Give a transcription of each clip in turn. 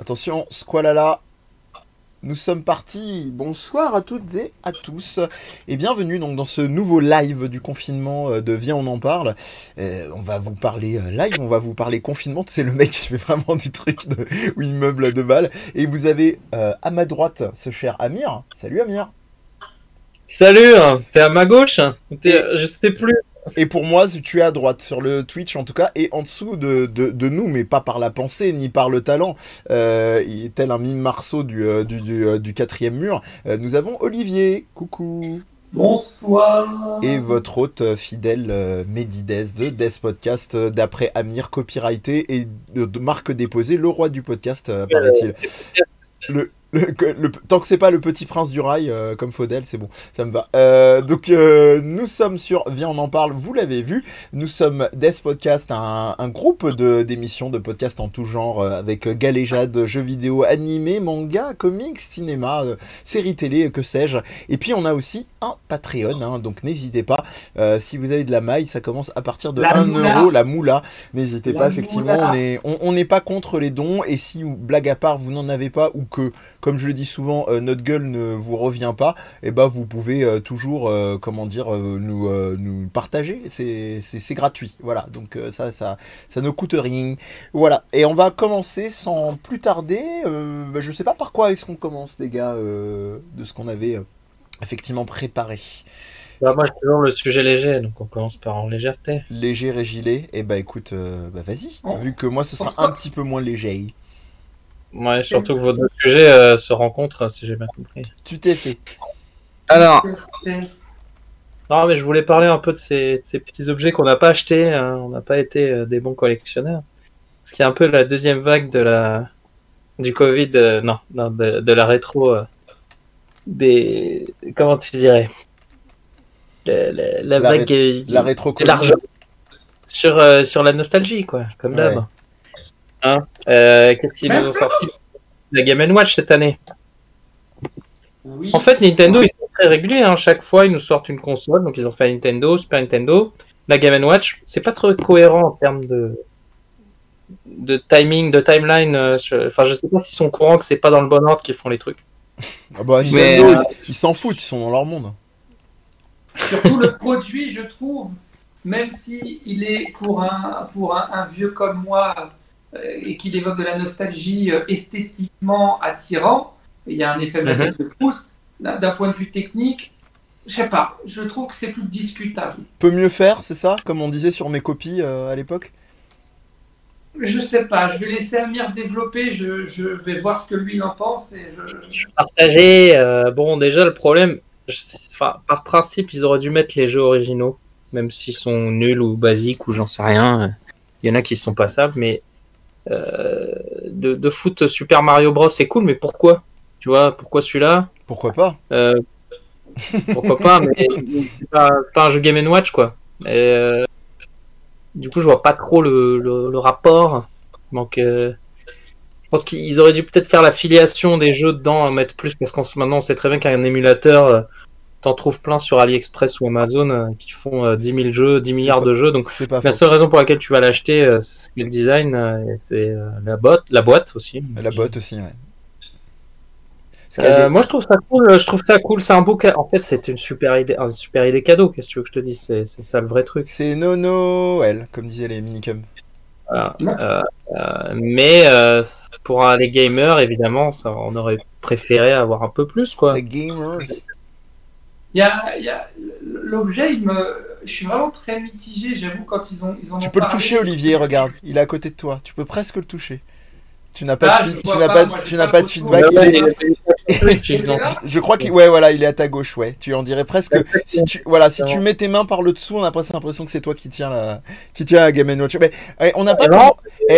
Attention, squalala. Nous sommes partis. Bonsoir à toutes et à tous. Et bienvenue donc dans ce nouveau live du confinement de Viens on en parle. On va vous parler live, on va vous parler confinement. C'est le mec qui fait vraiment du truc de où il meuble de balles. Et vous avez à ma droite ce cher Amir. Salut Amir. Salut, t'es à ma gauche? Je sais plus. Et pour moi, tu es à droite, sur le Twitch en tout cas, et en dessous de nous, mais pas par la pensée, ni par le talent, tel un mime Marceau du quatrième mur, nous avons Olivier, coucou. Bonsoir. Et votre hôte fidèle Medidez de Death Podcast, d'après Amir, copyrighté, et de marque déposée, le roi du podcast, paraît-il. Tant que c'est pas le petit prince du rail comme Faudel, c'est bon, ça me va. Donc nous sommes sur Viens on en parle, vous l'avez vu, nous sommes Death Podcast, un groupe d'émissions de podcasts en tout genre, avec galéjades, jeux vidéo, animés, manga, comics, cinéma, séries télé, que sais-je. Et puis on a aussi un Patreon, hein, donc n'hésitez pas, si vous avez de la maille, ça commence à partir de 1 euro, la moula, n'hésitez pas, effectivement, on n'est pas contre les dons, et si, blague à part, vous n'en avez pas, ou que, comme je le dis souvent, notre gueule ne vous revient pas, et ben vous pouvez toujours, nous partager, c'est gratuit, voilà, donc ça ne coûte rien, voilà, et on va commencer sans plus tarder, je sais pas par quoi est-ce qu'on commence les gars, de ce qu'on avait effectivement préparé. Bah moi j'ai toujours le sujet léger, donc on commence par en légèreté. Léger et gilet, et bah écoute, vas-y, vu que moi ce sera un petit peu moins léger. Ouais, surtout que vos deux sujets se rencontrent, si j'ai bien compris. Tu t'es fait. Alors, non mais je voulais parler un peu de ces petits objets qu'on n'a pas achetés, hein. On n'a pas été des bons collectionneurs. Ce qui est un peu la deuxième vague du Covid, de la rétro, comment tu dirais, la vague, la rétro l'argent sur la nostalgie, quoi, comme d'hab. Ouais. Hein, qu'est-ce qu'ils nous ont sorti? La Game & Watch cette année. Oui. En fait, Nintendo, ils sont très réguliers, hein. Chaque fois, ils nous sortent une console. Donc, ils ont fait Nintendo, Super Nintendo. La Game & Watch, c'est pas trop cohérent en termes de timing, de timeline. Enfin, je sais pas s'ils sont courants que c'est pas dans le bon ordre qu'ils font les trucs. Ah bah, Nintendo, ils s'en foutent, ils sont dans leur monde. Surtout le produit, je trouve, même si il est pour un vieux comme moi et qu'il évoque de la nostalgie esthétiquement attirant, il y a un effet magnétique de pouce. D'un point de vue technique, je sais pas, je trouve que c'est plus discutable. Peut mieux faire, c'est ça, comme on disait sur mes copies à l'époque. Je sais pas, je vais laisser Amir développer, je vais voir ce que lui il en pense. Et Partager, bon, déjà, le problème, par principe, ils auraient dû mettre les jeux originaux, même s'ils sont nuls ou basiques ou j'en sais rien. Il y en a qui sont passables, mais de foot Super Mario Bros, c'est cool, mais pourquoi? Tu vois, pourquoi celui-là? Pourquoi pas? Pourquoi pas, mais c'est pas un jeu Game & Watch, quoi. Du coup, je vois pas trop le rapport. Donc, je pense qu'ils auraient dû peut-être faire la filiation des jeux dedans, mettre plus, parce maintenant, on sait très bien qu'un émulateur, t'en trouves plein sur AliExpress ou Amazon qui font 10 000 jeux, 10 milliards de jeux. Donc, la seule raison pour laquelle tu vas l'acheter, c'est le design, c'est la boîte aussi. La boîte aussi, ouais. Moi, je trouve ça cool. C'est un beau cadeau. En fait, c'est une super idée cadeau. Qu'est-ce que tu veux que je te dise? C'est ça le vrai truc. C'est Noël, comme disaient les minicums. Voilà. Mais pour les gamers, évidemment, on aurait préféré avoir un peu plus, quoi. Les gamers. Il y a l'objet, je suis vraiment très mitigé, j'avoue, quand ils ont Tu peux le toucher, Olivier, regarde, il est à côté de toi, tu peux presque le toucher. Tu n'as pas de feedback. Je crois qu'il il est à ta gauche, ouais. Tu en dirais presque. Si tu mets tes mains par le dessous, on a presque l'impression que c'est toi qui tiens la Game & Watch. Mais on n'a pas.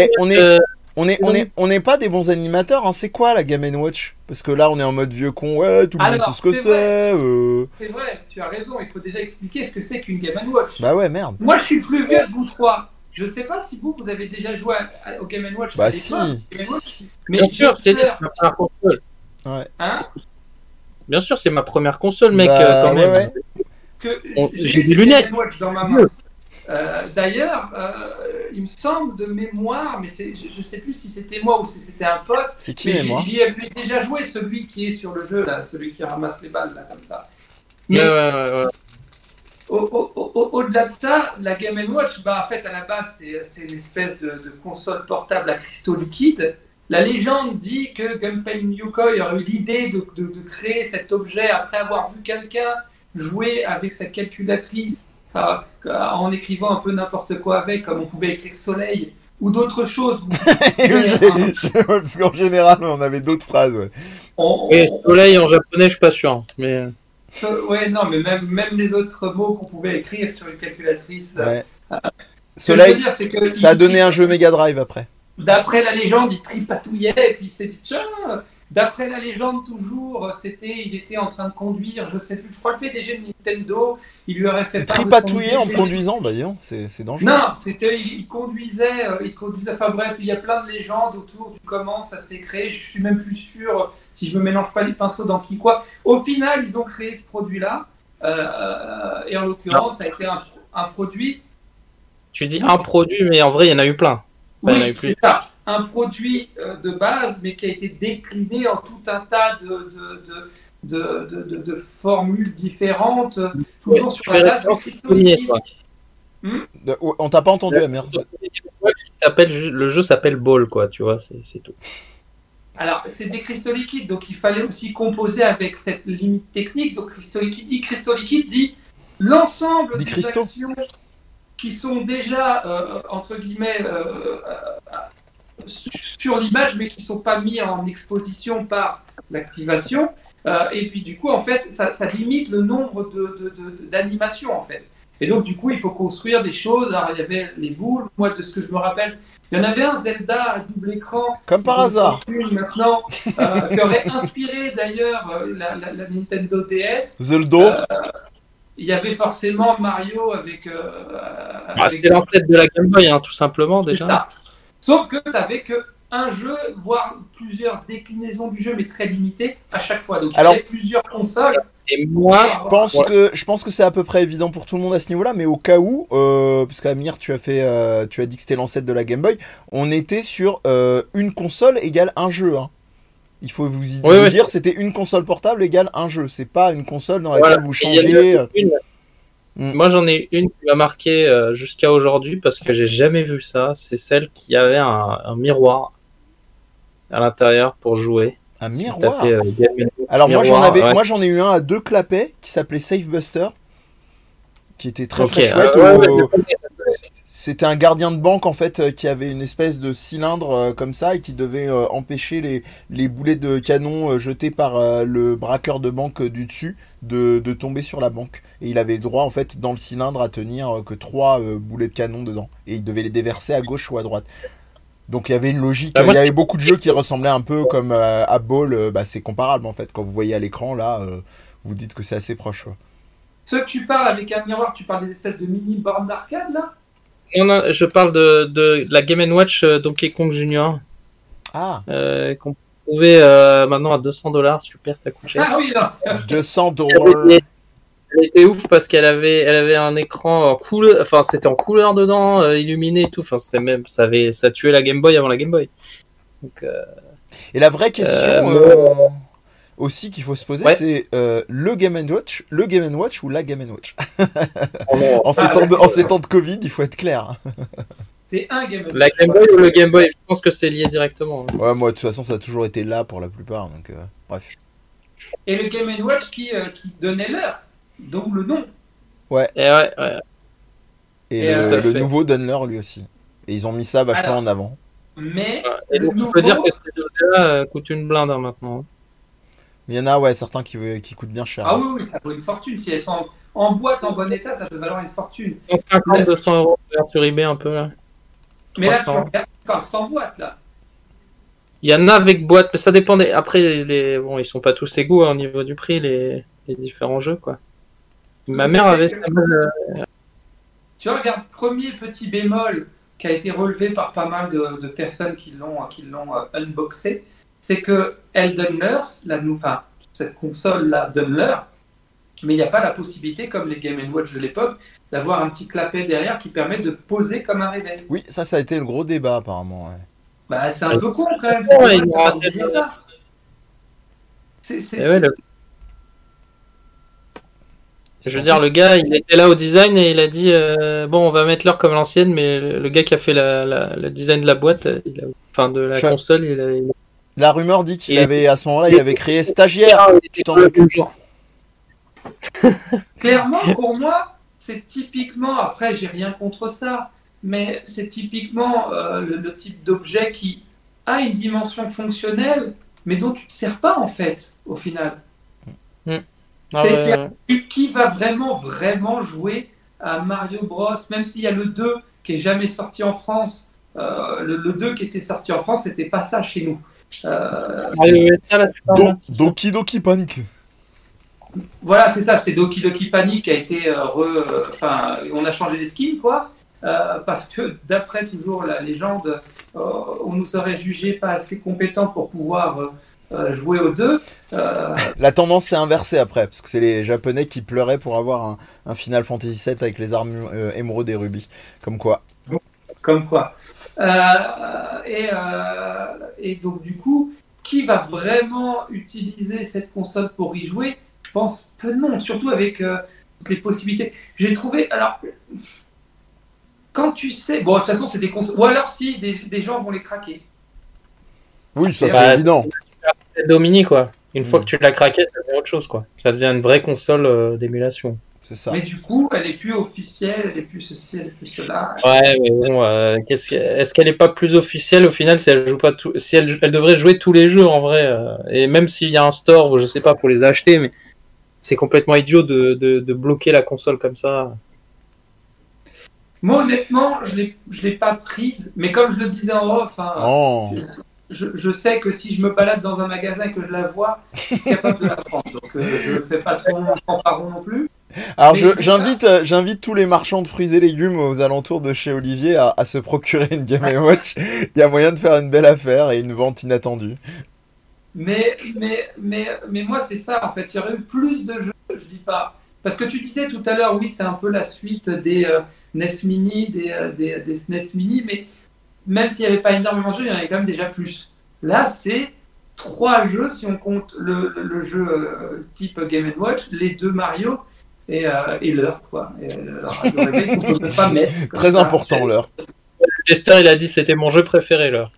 On n'est pas des bons animateurs, hein. C'est quoi la Game & Watch? Parce que là, on est en mode vieux con. Ouais, tout le monde sait ce que c'est. C'est vrai, tu as raison. Il faut déjà expliquer ce que c'est qu'une Game & Watch. Bah ouais, merde. Moi, je suis le plus vieux de vous trois. Je sais pas si vous avez déjà joué au Game & Watch. Bah si. Mais bien sûr, c'est ma première console. Ouais. Hein? Bien sûr, c'est ma première console, mec. Bah, quand même. Ouais. J'ai des lunettes Game & Watch dans ma main. D'ailleurs, il me semble de mémoire, mais je ne sais plus si c'était moi ou si c'était un pote. C'est qui, moi? J'y ai déjà joué, celui qui est sur le jeu, là, celui qui ramasse les balles, là, comme ça. Mais Mais au-delà de ça, la Game & Watch, bah, en fait, à la base, c'est une espèce de console portable à cristaux liquides. La légende dit que Gunpei Yokoi aurait eu l'idée de créer cet objet après avoir vu quelqu'un jouer avec sa calculatrice en écrivant un peu n'importe quoi avec, comme on pouvait écrire soleil ou d'autres choses. Parce qu'en général, on avait d'autres phrases. Ouais. Et soleil en japonais, je suis pas sûr. Mais ouais, non, mais même les autres mots qu'on pouvait écrire sur une calculatrice. Ouais. Soleil, dire, que ça a donné un jeu Mega Drive après. D'après la légende, il tripatouillait et puis il s'est dit tiens. D'après la légende, toujours, il était en train de conduire, je sais plus, je crois le PDG de Nintendo, il lui aurait fait tripatouiller en conduisant, bah non, c'est dangereux. Non, il conduisait, enfin bref, il y a plein de légendes autour du comment ça s'est créé, je suis même plus sûr si je me mélange pas les pinceaux dans qui quoi. Au final, ils ont créé ce produit-là, et en l'occurrence, ça a été un produit. Tu dis un produit, mais en vrai, il y en a eu plein. Oui, il y en a eu plus. C'est ça. Un produit de base, mais qui a été décliné en tout un tas de formules différentes, toujours sur la base de cristaux liquides. On t'a pas entendu, Amir. Le jeu s'appelle Ball, quoi, tu vois, c'est tout. Alors, c'est des cristaux liquides, donc il fallait aussi composer avec cette limite technique. Donc, cristaux liquides dit l'ensemble des actions qui sont déjà, entre guillemets, sur l'image, mais qui ne sont pas mis en exposition par l'activation. Et puis, du coup, en fait, ça limite le nombre d'animations, en fait. Et donc, du coup, il faut construire des choses. Alors, il y avait les boules. Moi, de ce que je me rappelle, il y en avait un Zelda à double écran. Comme par hasard. Maintenant, qui aurait inspiré, d'ailleurs, la Nintendo DS. Zelda. Il y avait forcément Mario avec... c'était l'ancêtre de la Game Boy, hein, tout simplement, déjà. C'est ça. Sauf que tu n'avais qu'un jeu, voire plusieurs déclinaisons du jeu, mais très limitées à chaque fois. Donc, il y avait plusieurs consoles. Et moi, je pense que c'est à peu près évident pour tout le monde à ce niveau-là, mais au cas où, parce qu'Amir, tu as dit que c'était l'ancêtre de la Game Boy, on était sur une console égale un jeu. Hein. Il faut vous dire, c'était une console portable égale un jeu. C'est pas une console dans laquelle vous changez. Moi, j'en ai une qui m'a marqué jusqu'à aujourd'hui parce que j'ai jamais vu ça. C'est celle qui avait un miroir à l'intérieur pour jouer. Un miroir. Alors moi j'en ai eu un à 2 clapets qui s'appelait Safe Buster, qui était très chouette. C'était un gardien de banque en fait qui avait une espèce de cylindre comme ça et qui devait empêcher les boulets de canon jetés par le braqueur de banque du dessus de tomber sur la banque. Et il avait le droit en fait dans le cylindre à tenir que 3 boulets de canon dedans. Et il devait les déverser à gauche ou à droite. Donc il y avait une logique, il y avait beaucoup de jeux qui ressemblaient un peu comme à Ball, c'est comparable en fait. Quand vous voyez à l'écran là, vous dites que c'est assez proche. Ouais. Ceux que tu parles avec un miroir, tu parles des espèces de mini bornes d'arcade là ? Non, je parle de la Game & Watch Donkey Kong Junior. Ah. Qu'on trouvait maintenant à $200, super, ça coûte cher. Ah oui, là. $200. Elle était ouf parce qu'elle avait un écran en couleur, enfin c'était en couleur dedans, illuminé et tout. Enfin ça tuait la Game Boy avant la Game Boy. Donc, et la vraie question aussi qu'il faut se poser, c'est le Game & Watch ou la Game & Watch. En ces temps de Covid, il faut être clair. C'est un Game & Watch. La Game Boy ou le Game Boy, je pense que c'est lié directement. Ouais, moi de toute façon ça a toujours été là pour la plupart, donc bref. Et le Game & Watch qui donnait l'heure. Donc le nom. Ouais. Et le nouveau donne l'heure lui aussi. Et ils ont mis ça vachement en avant. Mais on peut dire que ces deux-là coûtent une blinde maintenant. Il y en a certains qui coûtent bien cher. Ah oui, ça vaut une fortune. Si elles sont en boîte, en bon état, ça peut valoir une fortune. 150-200 € sur eBay un peu là. Mais 300. Là, tu parles sans boîte là. Il y en a avec boîte, mais ça dépend. Après, ils sont pas tous égaux au niveau du prix, les différents jeux quoi. Ma mère avait ça. Tu vois, regarde, premier petit bémol qui a été relevé par pas mal de personnes qui l'ont unboxé, c'est que elle donne l'heure, cette console-là donne l'heure, Mais il n'y a pas la possibilité, comme les Game & Watch de l'époque, d'avoir un petit clapet derrière qui permet de poser comme un réveil. Oui, ça a été le gros débat apparemment. Ouais. Bah, c'est un peu con quand même. Ouais, C'est il pas aura organiser peut-être- ça. Eh ouais, je veux dire, le gars, il était là au design et il a dit bon, on va mettre l'heure comme l'ancienne, mais le gars qui a fait le design de la boîte, enfin de la console, La rumeur dit qu'il Et- avait, à ce moment-là, il avait créé stagiaire. Tu t'en occupes. Clairement, pour moi, c'est typiquement, après, j'ai rien contre ça, mais c'est typiquement le type d'objet qui a une dimension fonctionnelle, mais dont tu ne te sers pas, en fait, au final. Qui va vraiment jouer à Mario Bros, même s'il y a le 2 qui est jamais sorti en France. Le 2 qui était sorti en France, c'était pas ça chez nous. Doki Doki Panic. Voilà, c'est ça, c'est Doki Doki Panic qui a été on a changé les skins, quoi. Parce que d'après toujours la légende, on nous aurait jugé pas assez compétents pour pouvoir jouer aux 2. La tendance s'est inversée après, parce que c'est les Japonais qui pleuraient pour avoir un Final Fantasy VII avec les armes émeraudes et rubis. Comme quoi. Et donc du coup, qui va vraiment utiliser cette console pour y jouer? Je pense peu de monde, surtout avec toutes les possibilités. J'ai trouvé, alors, quand tu sais, bon de toute façon c'est des consoles, ou alors si des gens vont les craquer. Oui, ça c'est évident. C'est Domini, quoi. Une fois que tu l'as craqué, ça devient autre chose, quoi. Ça devient une vraie console d'émulation. C'est ça. Mais du coup, elle est plus officielle, elle est plus ceci, elle est plus cela. Ouais, mais bon, est-ce qu'elle est pas plus officielle au final si elle joue pas si elle devrait jouer tous les jeux en vrai, et même s'il y a un store, je sais pas, pour les acheter, mais c'est complètement idiot de bloquer la console comme ça. Moi, honnêtement, je l'ai pas prise, mais comme je le disais en off, je sais que si je me balade dans un magasin et que je la vois, je suis capable de la prendre. Donc, je ne fais pas trop mon fanfaron non plus. Alors, j'invite tous les marchands de fruits et légumes aux alentours de chez Olivier à se procurer une Game & Watch. Il y a moyen de faire une belle affaire et une vente inattendue. Mais moi, c'est ça, en fait. Il y aurait eu plus de jeux, je dis pas. Parce que tu disais tout à l'heure, oui, c'est un peu la suite des NES Mini, des SNES Mini, mais même s'il n'y avait pas énormément de jeux, il y en avait quand même déjà plus. Là, c'est 3 jeux, si on compte le jeu type Game & Watch, les 2 Mario et l'heure, quoi. Et le réveil qu'on ne peut pas mettre. Très ça, important, l'heure. Le testeur, il a dit c'était mon jeu préféré, l'heure.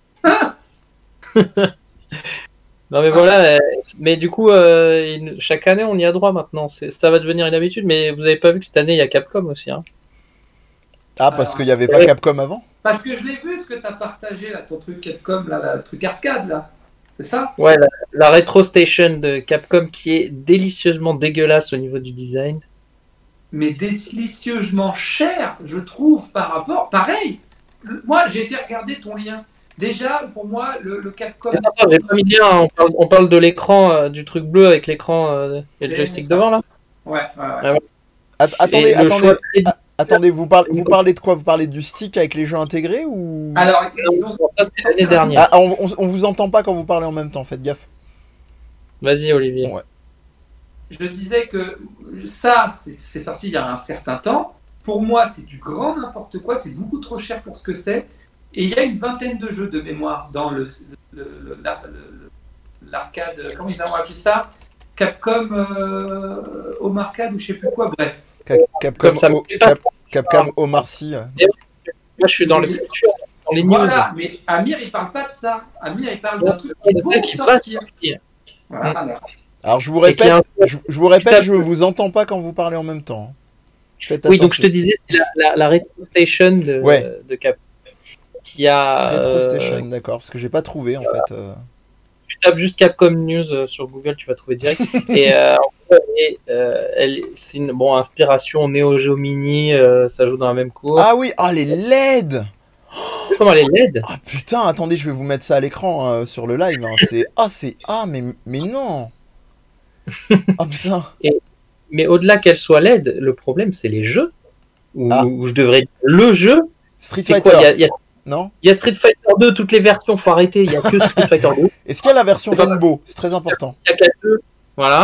Non mais voilà, mais du coup, chaque année on y a droit maintenant, ça va devenir une habitude, mais vous avez pas vu que cette année il y a Capcom aussi, hein? Ah, parce qu'il n'y avait pas Capcom avant? Parce que je l'ai vu ce que tu as partagé, là, ton truc Capcom, là, le truc arcade, là. C'est ça? Ouais, la Retro Station de Capcom qui est délicieusement dégueulasse au niveau du design. Mais délicieusement cher, je trouve, par rapport... Pareil, moi j'ai été regarder ton lien. Déjà, pour moi, le Capcom... Attends, j'ai pas mis de lien, on parle de l'écran, du truc bleu avec l'écran et le joystick devant, là. Ouais. Attendez, vous parlez de quoi? Vous parlez du stick avec les jeux intégrés ou... Alors, ça c'est l'année dernière. Ah, on vous entend pas quand vous parlez en même temps, faites gaffe. Vas-y, Olivier. Ouais. Je disais que ça, c'est sorti il y a un certain temps. Pour moi, c'est du grand n'importe quoi, c'est beaucoup trop cher pour ce que c'est. Et il y a une vingtaine de jeux de mémoire dans l'arcade, comment ils ont appelé ça? Capcom Home Arcade ou je sais plus quoi, bref. Capcom Omar Sy. Moi, je suis dans le futur, dans les news. Voilà, mais Amir, il parle pas de ça. Amir, il parle d'un truc qui va sortir. Voilà. Alors, je vous répète, je vous entends pas quand vous parlez en même temps. Faites attention. Oui, donc je te disais, c'est la Retro Station de Capcom. Qui a, Retro Station, d'accord, parce que j'ai pas trouvé en fait. Tu tapes juste Capcom News sur Google, tu vas trouver direct. C'est une inspiration Neo Geo Mini, ça joue dans la même cour. Ah oui, les LED. Comment les LED? Ah putain, attendez, je vais vous mettre ça à l'écran sur le live. Hein. Mais non. Ah putain. Mais au-delà qu'elle soit LED, le problème c'est les jeux. Où je devrais dire le jeu. Street Fighter. Non. Il y a Street Fighter 2, toutes les versions, faut arrêter, il n'y a que Street Fighter 2. Est-ce qu'il y a la version Rainbow? C'est très important. Il y a 4 jeux, voilà.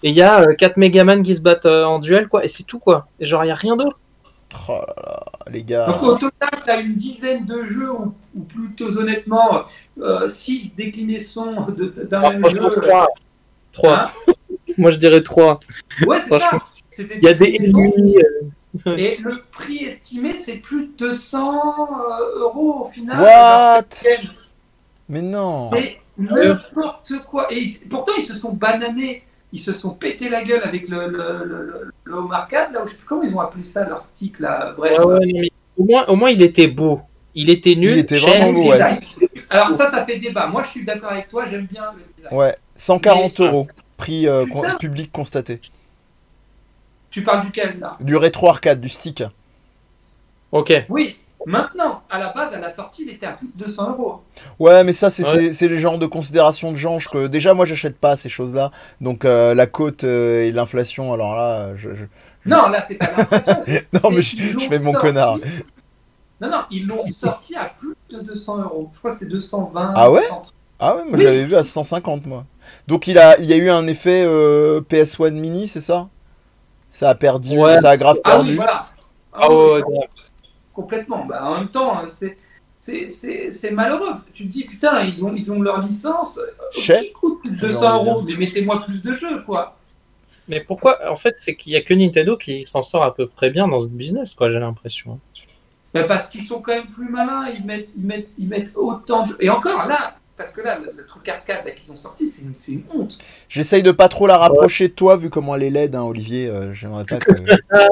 et il y a 4 Megaman qui se battent en duel, quoi, et c'est tout, quoi. Et genre, il n'y a rien d'autre. Oh là là, les gars. Donc au total, tu as une dizaine de jeux, ou plutôt honnêtement, 6 déclinaisons d'un même jeu. 3. Hein. Moi, je dirais 3. Ouais, c'est ça. Il y a des ennemis. Et le prix estimé, c'est plus de 200 € au final. What? Mais non. C'est n'importe quoi. Et pourtant, ils se sont bananés. Ils se sont pété la gueule avec le home arcade, là où je sais plus comment ils ont appelé ça, leur stick, là. Bref. Ouais, mais au moins, il était beau. Il était nul. Il était vraiment beau, ouais. Alors ça fait débat. Moi, je suis d'accord avec toi, j'aime bien le design. Ouais, 140 €, prix public constaté. Tu parles duquel, là? Du rétro arcade, du stick. Ok. Oui. Maintenant, à la base, à la sortie, il était à plus de 200 €. Ouais, mais ça, c'est les genres de considérations de genre que déjà, moi, j'achète pas ces choses-là. Donc, la cote et l'inflation, alors là, Non, là, c'est pas l'inflation. Non, mais je fais mon connard. Non, ils l'ont sorti à plus de 200 €. Je crois que c'était 220. Ah ouais? 230. Ah ouais, moi, je l'avais vu à 150, moi. Donc, il y a eu un effet PS1 mini, c'est ça? Ça a perdu, ça a grave perdu. Ah oui, voilà. Complètement. Bah, en même temps, c'est malheureux. Tu te dis, putain, ils ont leur licence qui coûte plus de 200 €, mais mettez-moi plus de jeux, quoi. Mais pourquoi? En fait, c'est qu'il n'y a que Nintendo qui s'en sort à peu près bien dans ce business, quoi, j'ai l'impression. Mais parce qu'ils sont quand même plus malins, ils mettent autant de jeux. Et encore, là, parce que là, le truc arcade là, qu'ils ont sorti, c'est une honte. J'essaye de pas trop la rapprocher de toi, vu comment elle est laide, hein, Olivier. J'aimerais pas que...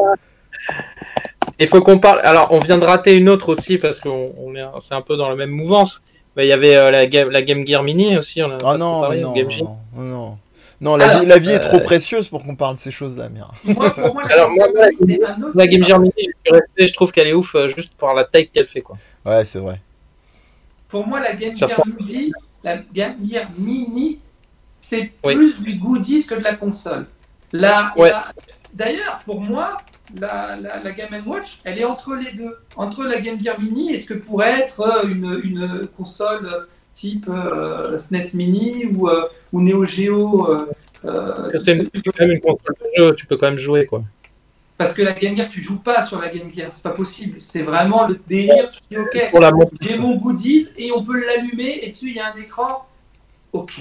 Il faut qu'on parle. Alors, on vient de rater une autre aussi parce que c'est un peu dans la même mouvance. Il y avait la Game Gear Mini aussi. Ah non, mais non, la vie est trop précieuse pour qu'on parle de ces choses-là, merde. Pour moi, la Game Gear Mini, je trouve qu'elle est ouf juste par la taille qu'elle fait, quoi. Ouais, c'est vrai. Pour moi, la Game Gear Mini, c'est plus du goodies que de la console. D'ailleurs, pour moi, la Game & Watch, elle est entre les deux. Entre la Game Gear Mini et ce que pourrait être une console type SNES Mini ou Neo Geo. C'est quand même une console de jeu, tu peux quand même jouer, quoi. Parce que la Game Gear, tu joues pas sur la Game Gear, c'est pas possible. C'est vraiment le délire. Tu dis, ok, j'ai mon goodies et on peut l'allumer et dessus il y a un écran. Ok,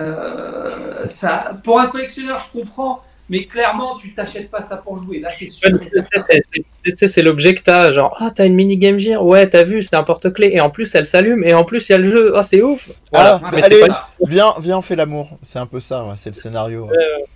ça, pour un collectionneur, je comprends. Mais clairement, tu t'achètes pas ça pour jouer. Là, c'est sûr. C'est l'objet que t'as. Genre, t'as une mini Game Gear. Ouais, t'as vu, c'est un porte-clés. Et en plus, elle s'allume. Et en plus, il y a le jeu. Oh, c'est ouf. Voilà. Mais allez, viens, on fait l'amour. C'est un peu ça, ouais, c'est le scénario.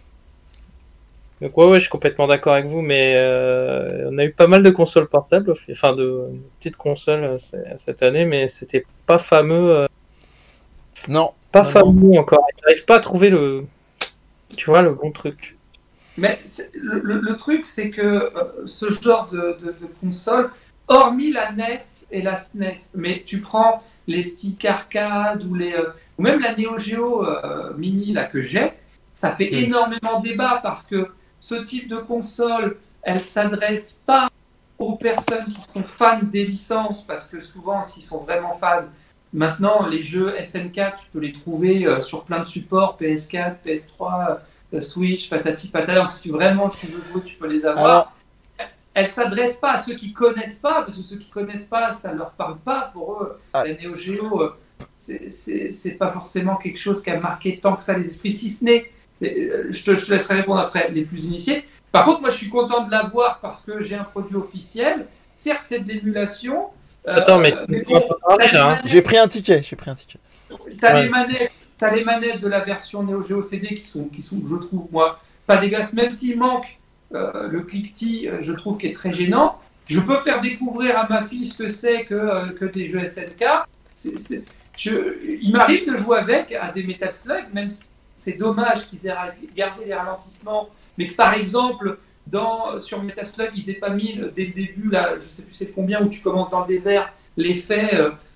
Donc, ouais, je suis complètement d'accord avec vous. Mais on a eu pas mal de consoles portables. Enfin, de petites consoles cette année. Mais c'était pas fameux. Non. Pas fameux encore. Ils n'arrivent pas à trouver le bon truc. Mais le truc, c'est que ce genre de console, hormis la NES et la SNES, mais tu prends les sticks arcade ou même la Neo Geo Mini là, que j'ai, ça fait énormément débat parce que ce type de console, elle s'adresse pas aux personnes qui sont fans des licences, parce que souvent, s'ils sont vraiment fans, maintenant, les jeux SNK, tu peux les trouver sur plein de supports, PS4, PS3, Switch, patati patata. Donc, si vraiment tu veux jouer, tu peux les avoir. Alors, elle ne s'adresse pas à ceux qui ne connaissent pas, parce que ceux qui ne connaissent pas, ça ne leur parle pas. Pour eux, la Neo Geo, c'est pas forcément quelque chose qui a marqué tant que ça les esprits, si ce n'est, je te laisserai répondre après, les plus initiés. Par contre, moi, je suis content de l'avoir parce que j'ai un produit officiel. Certes, c'est de l'émulation. Attends, mais bon, j'ai pris un ticket. T'as les manettes de la version Neo Geo CD qui sont, je trouve, moi, pas dégueulasses, même s'il manque le cliquetis, je trouve qu'il est très gênant. Je peux faire découvrir à ma fille ce que c'est que des jeux SNK. Il m'arrive de jouer avec à des Metal Slug, même si c'est dommage qu'ils aient gardé les ralentissements, mais que par exemple, sur Metal Slug, ils n'aient pas mis dès le début, là, je ne sais plus c'est combien, où tu commences dans le désert, l'effet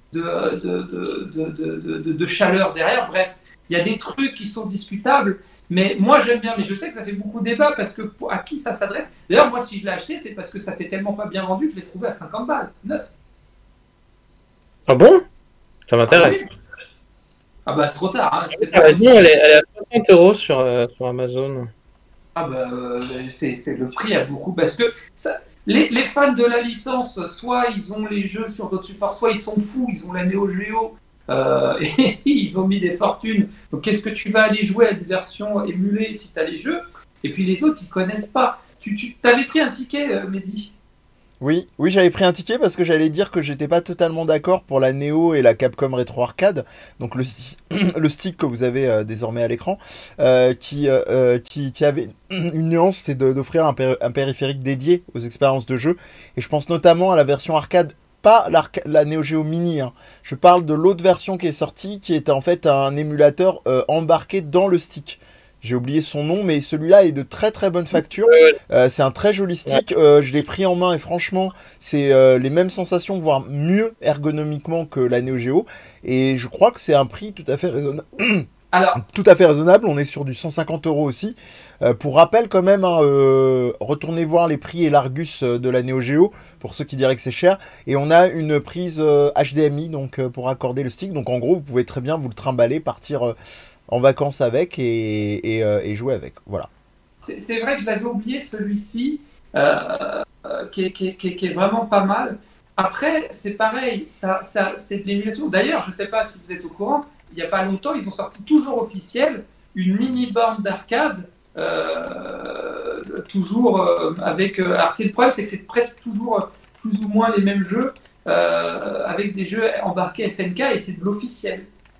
de chaleur derrière. Bref, il y a des trucs qui sont discutables, mais moi j'aime bien. Mais je sais que ça fait beaucoup de débat parce que à qui ça s'adresse. D'ailleurs, moi, si je l'ai acheté, c'est parce que ça s'est tellement pas bien vendu que je l'ai trouvé à 50 balles, neuf. Ah bon? Ça m'intéresse. Ah, oui. Ah bah trop tard. Hein, elle est à 60 € sur Amazon. Ah bah, c'est le prix a beaucoup parce que les fans de la licence, soit ils ont les jeux sur d'autres supports, soit ils sont fous, ils ont la Neo Geo et ils ont mis des fortunes. Donc qu'est-ce que tu vas aller jouer à une version émulée si tu as les jeux? Et puis les autres ils connaissent pas. Tu t'avais pris un ticket, Mehdi? Oui, oui, j'avais pris un ticket parce que j'allais dire que j'étais pas totalement d'accord pour la Neo et la Capcom Retro Arcade, donc le stick que vous avez désormais à l'écran, qui avait une nuance, c'est d'offrir un périphérique dédié aux expériences de jeu, et je pense notamment à la version arcade, pas la Neo Geo Mini, hein. Je parle de l'autre version qui est sortie, qui était en fait un émulateur embarqué dans le stick. J'ai oublié son nom, mais celui-là est de très très bonne facture. C'est un très joli stick. Je l'ai pris en main et franchement, c'est les mêmes sensations, voire mieux ergonomiquement que la Neo Geo. Et je crois que c'est un prix tout à fait raisonnable. Alors, Tout à fait raisonnable. On est sur du 150 € aussi. Pour rappel, quand même, hein, retournez voir les prix et l'Argus de la Neo Geo pour ceux qui diraient que c'est cher. Et on a une prise HDMI donc pour accorder le stick. Donc en gros, vous pouvez très bien vous le trimballer, partir en vacances avec et jouer avec. Voilà. c'est vrai que je l'avais oublié celui-ci, qui est vraiment pas mal. Après, c'est pareil, c'est de l'émulation. D'ailleurs, je ne sais pas si vous êtes au courant, il n'y a pas longtemps, ils ont sorti toujours officiel une mini borne d'arcade, toujours avec. Alors, le problème, c'est que c'est presque toujours plus ou moins les mêmes jeux, avec des jeux embarqués SNK, et c'est de l'officiel.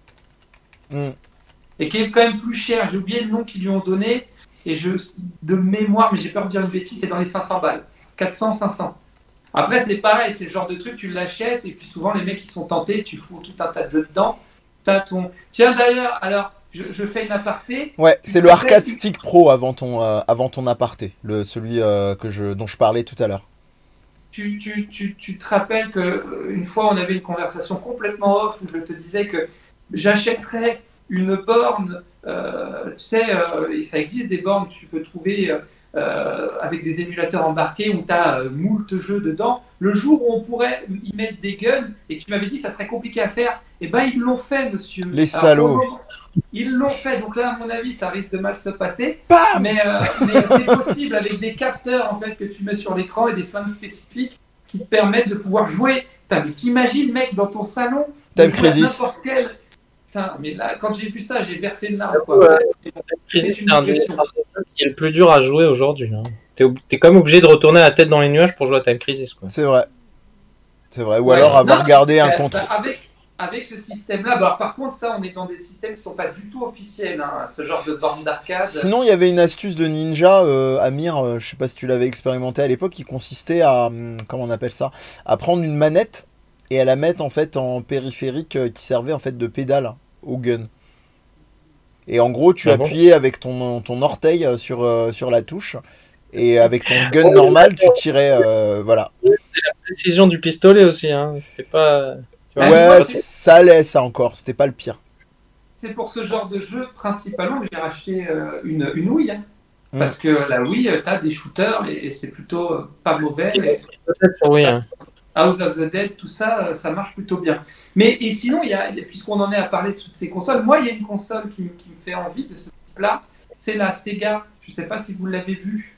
Et qui est quand même plus cher. J'ai oublié le nom qu'ils lui ont donné, et de mémoire, mais j'ai peur de dire une bêtise, c'est dans les 500 balles. 400, 500. Après, c'est pareil, c'est le genre de truc, tu l'achètes, et puis souvent, les mecs, ils sont tentés, tu fous tout un tas de jeux dedans. Tiens, d'ailleurs, alors, je fais une aparté. Ouais, c'est le Arcade Stick Pro avant ton aparté, celui dont je parlais tout à l'heure. Tu te rappelles qu'une fois, on avait une conversation complètement off où je te disais que j'achèterais une borne, tu sais, et ça existe des bornes que tu peux trouver avec des émulateurs embarqués où tu as moult jeux dedans. Le jour où on pourrait y mettre des guns, et tu m'avais dit que ça serait compliqué à faire, et ben ils l'ont fait, monsieur. Les salauds. Ils l'ont fait, donc là, à mon avis, ça risque de mal se passer. Bam mais c'est possible avec des capteurs en fait que tu mets sur l'écran et des fans spécifiques qui te permettent de pouvoir jouer. Mais t'imagines, mec, dans ton salon, Time Crisis. N'importe quel. Putain, mais là, quand j'ai vu ça, j'ai versé une larme. Quoi. C'est un des jeux qui est le plus dur à jouer aujourd'hui. Hein. T'es quand même obligé de retourner la tête dans les nuages pour jouer à Time Crisis. Quoi. C'est vrai. C'est vrai. Ou alors avoir gardé un contre. Avec ce système-là, par contre, ça, on est dans des systèmes qui ne sont pas du tout officiels, hein, ce genre de borne d'arcade. Sinon, il y avait une astuce de Ninja, Amir, je sais pas si tu l'avais expérimenté à l'époque, qui consistait à, comment on appelle ça, à prendre une manette et à la mettre en fait en périphérique qui servait en fait de pédale au gun. Et en gros, tu appuyais avec ton orteil sur la touche et avec ton gun normal, tu tirais, voilà. C'est la précision du pistolet aussi, hein. C'était pas... Ouais, ça allait, ça encore. C'était pas le pire. C'est pour ce genre de jeu, principalement, que j'ai racheté une Wii. Hein. Parce que la Wii, t'as des shooters et c'est plutôt pas mauvais. Peut-être sur Wii. Hein. House of the Dead, tout ça, ça marche plutôt bien. Mais et sinon, puisqu'on en est à parler de toutes ces consoles, moi, il y a une console qui me fait envie de ce type-là. C'est la Sega. Je sais pas si vous l'avez vue.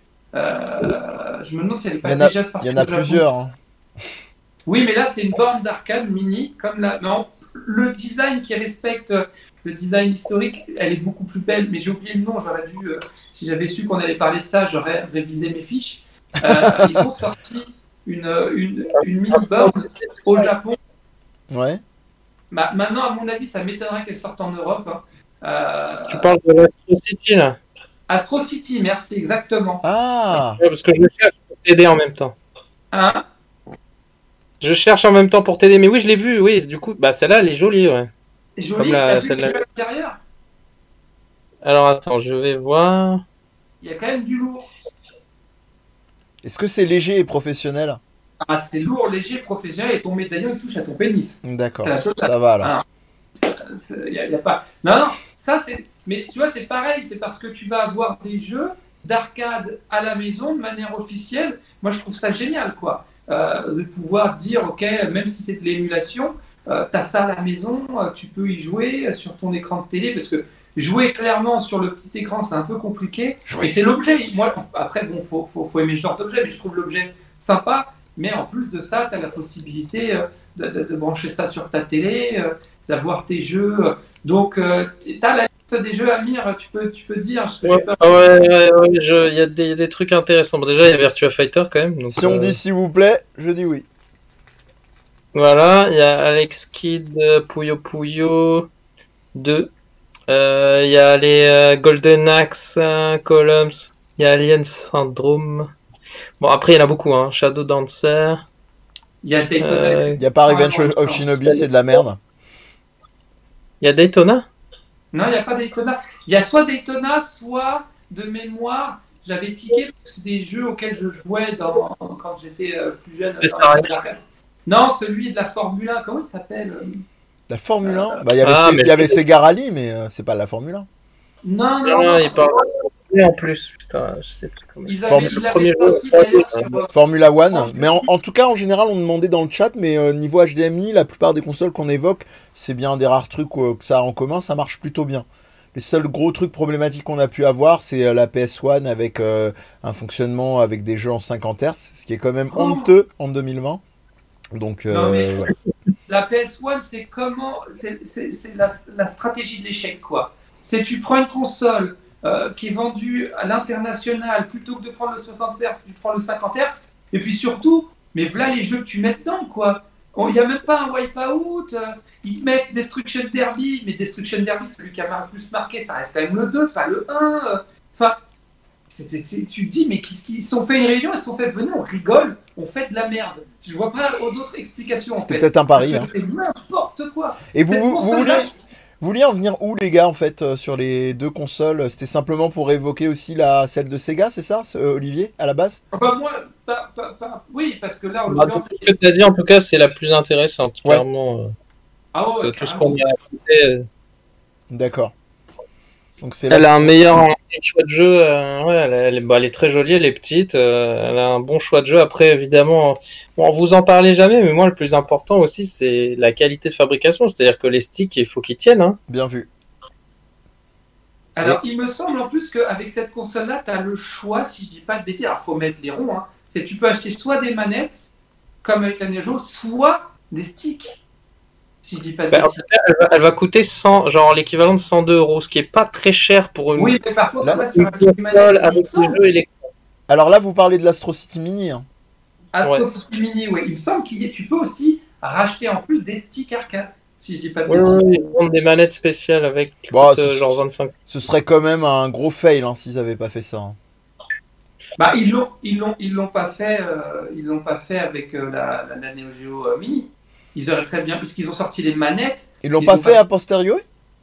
Je me demande si elle n'est pas déjà sortie. Il y en a plusieurs. Hein. Oui, mais là, c'est une borne d'arcade mini, comme la. Non, le design qui respecte le design historique, elle est beaucoup plus belle, mais j'ai oublié le nom. J'aurais dû, si j'avais su qu'on allait parler de ça, j'aurais révisé mes fiches. Ils ont sorti une mini borne au Japon. Ouais. Maintenant, à mon avis, ça m'étonnerait qu'elle sorte en Europe. Hein. Tu parles de l'Astro City, là. Astro City, merci, exactement. Ah. Ouais, parce que je cherche pour t'aider en même temps. Hein? Je cherche en même temps pour t'aider, mais oui, je l'ai vu, oui, du coup, celle-là, elle est jolie, ouais. Jolie, t'as vu le jeu à l'intérieur? Alors, attends, je vais voir. Il y a quand même du lourd. Est-ce que c'est léger et professionnel? Ah, c'est lourd, léger, professionnel, et ton médaillon, il touche à ton pénis. D'accord, ça va, là. Il y a pas... Non, ça, c'est... Mais tu vois, c'est pareil, c'est parce que tu vas avoir des jeux d'arcade à la maison, de manière officielle. Moi, je trouve ça génial, quoi. De pouvoir dire, ok, même si c'est de l'émulation, t'as ça à la maison, tu peux y jouer sur ton écran de télé, parce que Jouer clairement sur le petit écran, c'est un peu compliqué. Jouer. Et c'est l'objet. Moi, après, bon, faut aimer ce genre d'objet, mais je trouve l'objet sympa. Mais en plus de ça, tu as la possibilité de brancher ça sur ta télé, d'avoir tes jeux. Donc, tu as la liste des jeux, Amir, tu peux dire ce que j'ai peur. Il y a des trucs intéressants. Bon, déjà, il y a Virtua Fighter quand même. Donc, Si on dit s'il vous plaît, je dis oui. Voilà, il y a Alex Kidd, Puyo Puyo 2. Il y a les Golden Axe, Columns. Il y a Alien Syndrome. Bon, après, il y en a beaucoup. Hein. Shadow Dancer. Il y a Daytona. Il n'y a pas Revenge of Shinobi, c'est de la merde. Il y a Daytona? Non, il n'y a pas Daytona. Il y a soit Daytona, soit de mémoire. J'avais tiqué parce que c'est des jeux auxquels je jouais quand j'étais plus jeune. Non, celui de la Formule 1, comment il s'appelle? La Formule 1 bah, il y avait Sega Rally, mais c'est pas la Formule 1. Non. Il parle en plus. Putain, je sais plus comment il Formula One. Mais en tout cas, en général, on demandait dans le chat, mais niveau HDMI, la plupart des consoles qu'on évoque, c'est bien des rares trucs que ça a en commun, ça marche plutôt bien. Les seuls gros trucs problématiques qu'on a pu avoir, c'est la PS1 avec un fonctionnement avec des jeux en 50 Hz, ce qui est quand même honteux en 2020. Donc, voilà. La PS1, c'est comment, c'est la stratégie de l'échec, quoi. C'est tu prends une console qui est vendue à l'international, plutôt que de prendre le 60 Hz, tu prends le 50 Hz, et puis surtout, mais voilà les jeux que tu mets dedans, quoi. Il n'y a même pas un Wipeout, ils mettent Destruction Derby, mais Destruction Derby, celui qui a le plus marqué, ça reste quand même le 2, pas le 1. Enfin, tu te dis, mais qu'est-ce qu'ils se sont fait une réunion, ils se sont fait, venez, on rigole, on fait de la merde. Je vois pas d'autres explications. C'était peut-être un pari. Hein. C'est n'importe quoi. Et vous vouliez en venir où, les gars, en fait, sur les deux consoles? C'était simplement pour évoquer aussi celle de Sega, c'est ça, Olivier, à la base? Moi, oui, parce que là, en l'occurrence, ce que tu as dit, en tout cas, c'est la plus intéressante, clairement. Ouais, tout ce qu'on y a ajouté. D'accord. Donc elle a un meilleur choix de jeu. Elle est très jolie, elle est petite. Elle a un bon choix de jeu. Après, évidemment, vous en parlez jamais, mais moi, le plus important aussi, c'est la qualité de fabrication. C'est-à-dire que les sticks, il faut qu'ils tiennent. Hein. Bien vu. Alors, il me semble en plus qu'avec cette console-là, tu as le choix, si je dis pas de bêtises, alors il faut mettre les ronds, hein, c'est que tu peux acheter soit des manettes, comme avec la Neo Geo, soit des sticks. Si je dis pas de bêtises. En tout cas, elle va coûter l'équivalent de 102 €, ce qui est pas très cher pour une. Oui, mais par contre, là, une console avec des jeux électroniques. Alors là, vous parlez de l'Astro City Mini. Hein. Astro City Mini, oui. Il me semble tu peux aussi racheter en plus des sticks arcade. Si je dis pas de bêtises. Oui, ils vendent des manettes spéciales avec genre 25. Ce serait quand même un gros fail s'ils n'avaient pas fait ça. Hein. Bah, ils l'ont pas fait. Ils l'ont pas fait avec la Neo Geo Mini. Ils auraient très bien, puisqu'ils ont sorti les manettes. Ils l'ont pas fait a posteriori?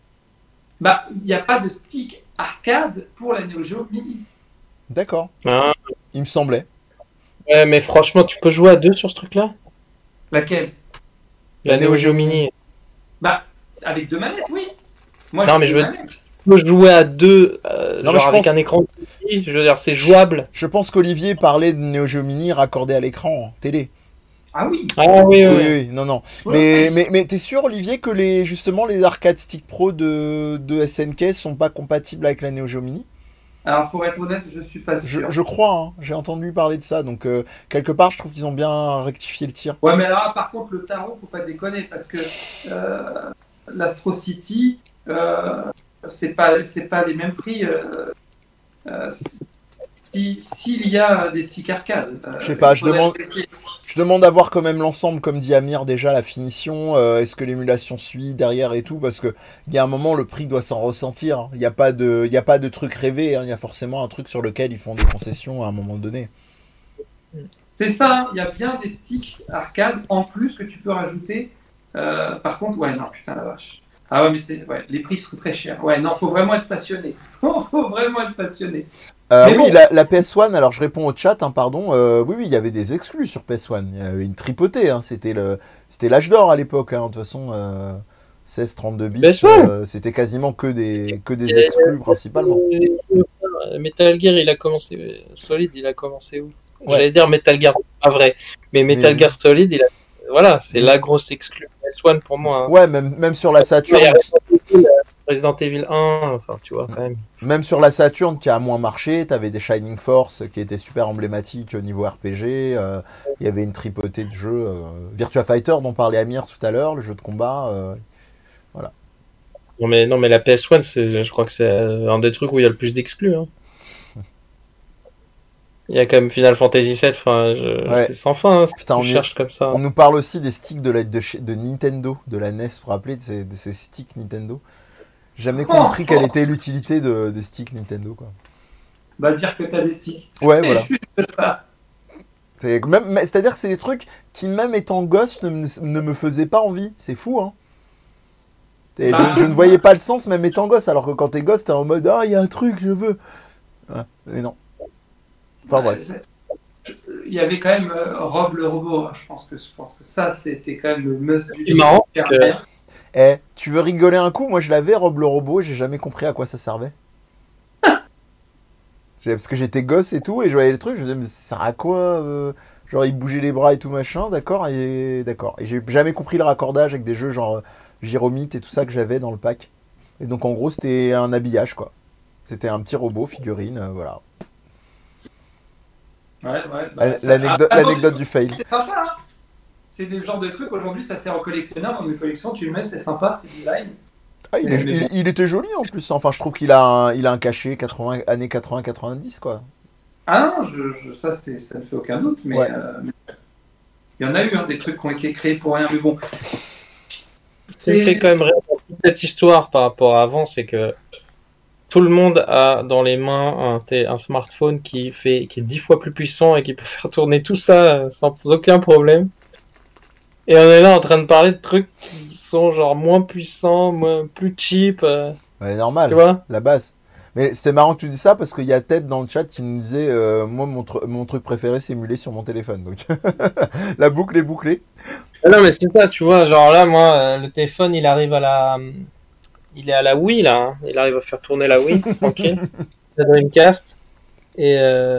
Bah, il n'y a pas de stick arcade pour la Neo Geo Mini. D'accord. Ah. Il me semblait. Ouais, mais franchement, tu peux jouer à deux sur ce truc-là? Laquelle? La Neo Geo Mini. Bah, avec deux manettes, oui. Moi, non, mais je peux jouer à deux, avec un écran petit, je veux dire, c'est jouable. Je pense qu'Olivier parlait de Neo Geo Mini raccordé à l'écran télé. Ah oui. Oui, non. Ouais. Mais t'es sûr, Olivier, que les arcade stick pro de SNK sont pas compatibles avec la Neo Geo Mini? Alors, pour être honnête, je suis pas sûr. Je crois, hein, j'ai entendu parler de ça, donc quelque part, je trouve qu'ils ont bien rectifié le tir. Ouais, mais là, par contre, le tarot, faut pas déconner, parce que l'Astro City, c'est pas les mêmes prix. S'il y a des sticks arcade. Je sais pas, je demande à voir quand même l'ensemble, comme dit Amir, déjà la finition, est-ce que l'émulation suit derrière et tout, parce que il y a un moment, le prix doit s'en ressentir. Hein. Il n'y a pas de truc rêvé, hein. Il y a forcément un truc sur lequel ils font des concessions à un moment donné. C'est ça, il y a bien des sticks arcade en plus que tu peux rajouter. Par contre, ouais, non, putain la vache. Ah ouais, mais les prix sont très chers. Ouais, non, faut vraiment être passionné. Faut vraiment être passionné. Oui, bon. la PS1, alors je réponds au chat, hein, pardon. Oui, il y avait des exclus sur PS1. Il y avait une tripotée, hein, c'était l'âge d'or à l'époque. Hein, de toute façon, 16-32 bits, c'était quasiment que des exclus principalement. Metal Gear, il a commencé. Solid, il a commencé où? Ouais. J'allais dire Metal Gear, pas vrai. Mais Metal Gear Solid, voilà, c'est la grosse exclue PS1 pour moi. Hein. Ouais, même sur la Saturn. Resident Evil 1, enfin, tu vois, quand même. Même sur la Saturn qui a moins marché, t'avais des Shining Force qui étaient super emblématiques au niveau RPG. Il y avait une tripotée de jeux. Virtua Fighter dont parlait Amir tout à l'heure, le jeu de combat. Voilà. Non, mais la PS1, je crois que c'est un des trucs où il y a le plus d'exclus. Hein. Il y a quand même Final Fantasy VII, Ouais. c'est sans fin. Hein, Putain, on cherche comme ça. on nous parle aussi des sticks de Nintendo, de la NES, vous vous rappelez de ces sticks Nintendo. Jamais compris quelle était l'utilité des sticks Nintendo, quoi. Bah, dire que t'as des sticks. Ouais, voilà. Juste ça. C'est-à-dire que c'est des trucs qui, même étant gosse, ne me faisaient pas envie. C'est fou, hein. Je ne voyais pas le sens, même étant gosse, alors que quand t'es gosse, t'es en mode « Ah, il y a un truc, je veux !» Mais non. Enfin, bref. Il y avait quand même Rob le robot. Hein. Je pense que ça, c'était quand même le must du C'est marrant. Tu veux rigoler un coup? Moi, je l'avais, Rob le robot, et j'ai jamais compris à quoi ça servait. Parce que j'étais gosse et tout, et je voyais le truc, je me disais, mais ça sert à quoi Genre, il bougeait les bras et tout, machin, d'accord. Et j'ai jamais compris le raccordage avec des jeux genre Gyromite et tout ça que j'avais dans le pack. Et donc, en gros, c'était un habillage, quoi. C'était un petit robot, figurine, voilà. Ouais. L'anecdote du fail. C'est sympa, hein. C'est le genre de truc, aujourd'hui, ça sert aux collectionneurs. Dans une collection, tu le mets, c'est sympa, c'est design. Ah, il était joli en plus. Enfin, je trouve qu'il a un cachet années 80-90, quoi. Ah non, ça ne fait aucun doute, mais ouais. Il y en a eu des trucs qui ont été créés pour rien, mais bon. C'est fait quand même toute cette histoire par rapport à avant, c'est que tout le monde a dans les mains un smartphone qui est 10 fois plus puissant et qui peut faire tourner tout ça sans aucun problème. Et on est là en train de parler de trucs qui sont genre moins puissants, plus cheap. Ouais, normal, tu vois, la base. Mais c'était marrant que tu dis ça parce qu'il y a Ted dans le chat qui nous disait moi mon truc préféré c'est émuler sur mon téléphone. Donc la boucle est bouclée. Non mais c'est ça, tu vois, genre là moi le téléphone il arrive il est à la Wii là, hein. Il arrive à faire tourner la Wii tranquille, la Dreamcast et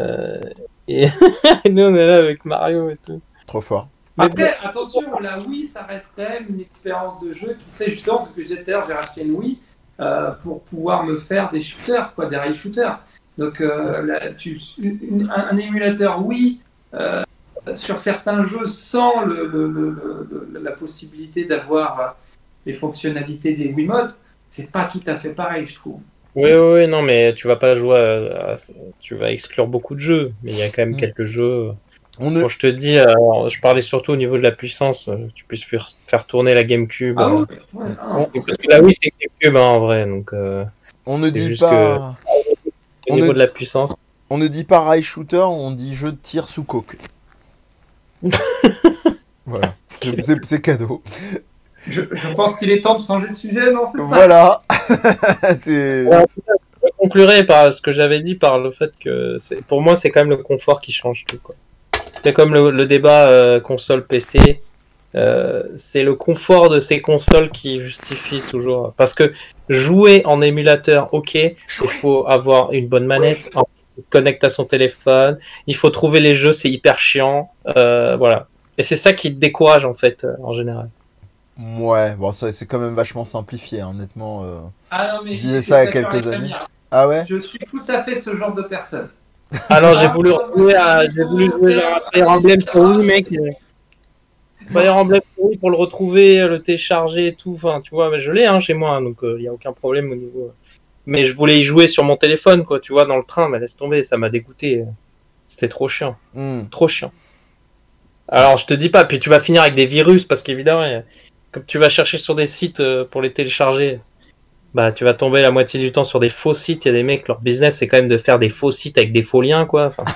nous on est là avec Mario et tout. Trop fort. Après, attention, la Wii, ça reste quand même une expérience de jeu qui serait justement, c'est ce que je disais tout à l'heure, j'ai racheté une Wii pour pouvoir me faire des shooters, quoi, des rail shooters. Donc, un émulateur Wii sur certains jeux sans la possibilité d'avoir les fonctionnalités des Wiimotes, c'est pas tout à fait pareil, je trouve. Oui, non, mais tu vas pas jouer tu vas exclure beaucoup de jeux, mais il y a quand même quelques jeux. Quand je te dis, je parlais surtout au niveau de la puissance, tu puisses faire tourner la GameCube. Ah oui, parce que là, oui, c'est GameCube en vrai. Donc, on ne dit pas. Au niveau de la puissance. On ne dit pas rail shooter, on dit jeu de tir sous coke. Voilà, c'est cadeau. Je pense qu'il est temps de changer de sujet, non? C'est ça. Voilà. Je conclurai par ce que j'avais dit, par le fait que pour moi, c'est quand même le confort qui change tout, quoi. C'est comme le débat console PC. C'est le confort de ces consoles qui justifie toujours. Parce que jouer en émulateur, ok, il faut avoir une bonne manette, il se connecte à son téléphone, il faut trouver les jeux, c'est hyper chiant. Voilà. Et c'est ça qui te décourage en fait, en général. Ouais, bon, ça c'est quand même vachement simplifié, hein, honnêtement. Ah non, mais je disais ça il y a quelques années. Ah ouais? Je suis tout à fait ce genre de personne. Alors j'ai voulu jouer genre Fire Emblem pour Wii, mec. Fire Emblem pour Wii pour le retrouver, le télécharger et tout. Enfin, tu vois, mais je l'ai chez moi, donc il n'y a aucun problème au niveau. Mais je voulais y jouer sur mon téléphone, quoi, tu vois, dans le train, mais laisse tomber, ça m'a dégoûté. C'était trop chiant. Trop chiant. Alors je te dis pas, puis tu vas finir avec des virus parce qu'évidemment, comme tu vas chercher sur des sites pour les télécharger. Bah, tu vas tomber la moitié du temps sur des faux sites. Il y a des mecs, leur business, c'est quand même de faire des faux sites avec des faux liens, quoi. Enfin...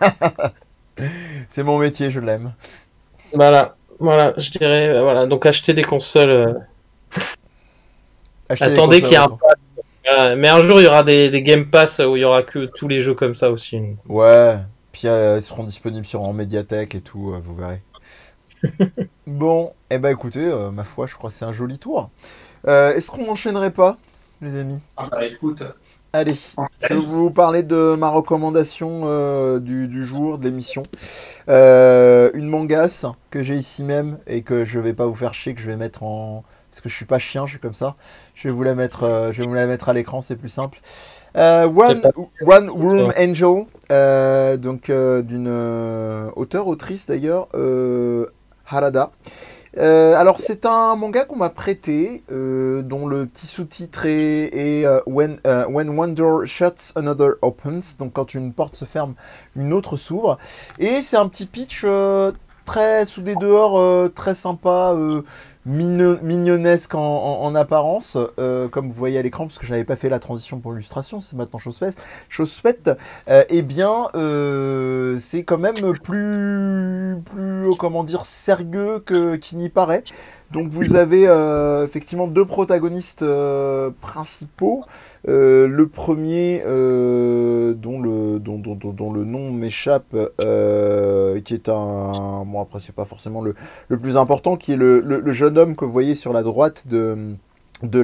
c'est mon métier, je l'aime. Voilà, je dirais, voilà. Donc, acheter des consoles. Attendez qu'il y ait un pass. Mais un jour, il y aura des Game Pass où il y aura que tous les jeux comme ça aussi. Ouais, puis ils seront disponibles en médiathèque et tout, vous verrez. Bon, écoutez, ma foi, je crois que c'est un joli tour. Est-ce qu'on n'enchaînerait pas, les amis? Écoute. Allez, je vais vous parler de ma recommandation du jour, de l'émission. Une mangasse que j'ai ici même et que je vais pas vous faire chier, que je vais mettre en... parce que je suis pas chien, je suis comme ça. Je vais vous la mettre à l'écran, c'est plus simple. One Room Angel, donc d'une autrice d'ailleurs, Harada. Alors c'est un manga qu'on m'a prêté, dont le petit sous-titre est When one door shuts, another opens. Donc quand une porte se ferme, une autre s'ouvre. Et c'est un petit pitch très soudé dehors, très sympa, mignonnesque en apparence, comme vous voyez à l'écran, parce que je n'avais pas fait la transition pour l'illustration, c'est maintenant chose faite. Eh bien, c'est quand même plus comment dire, sérieux qu'il n'y paraît. Donc vous avez effectivement deux protagonistes principaux. Le premier, dont le nom m'échappe, qui est un... Bon, après, c'est pas forcément le plus important, qui est le jeune homme que vous voyez sur la droite de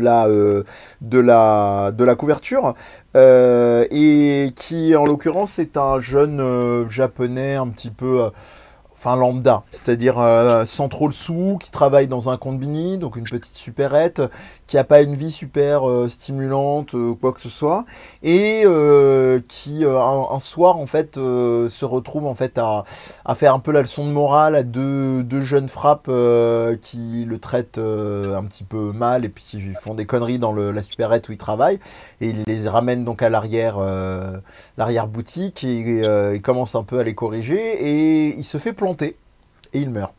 la couverture, et qui, en l'occurrence, est un jeune japonais un petit peu... Enfin lambda, c'est-à-dire sans trop le sou, qui travaille dans un combini, donc une petite supérette, qui a pas une vie super stimulante, quoi que ce soit, et qui un soir en fait se retrouve en fait à faire un peu la leçon de morale à deux jeunes frappes qui le traitent un petit peu mal et puis qui font des conneries dans la supérette où il travaille, et il les ramène donc à l'arrière boutique, et il commence un peu à les corriger, et il se fait planter et il meurt.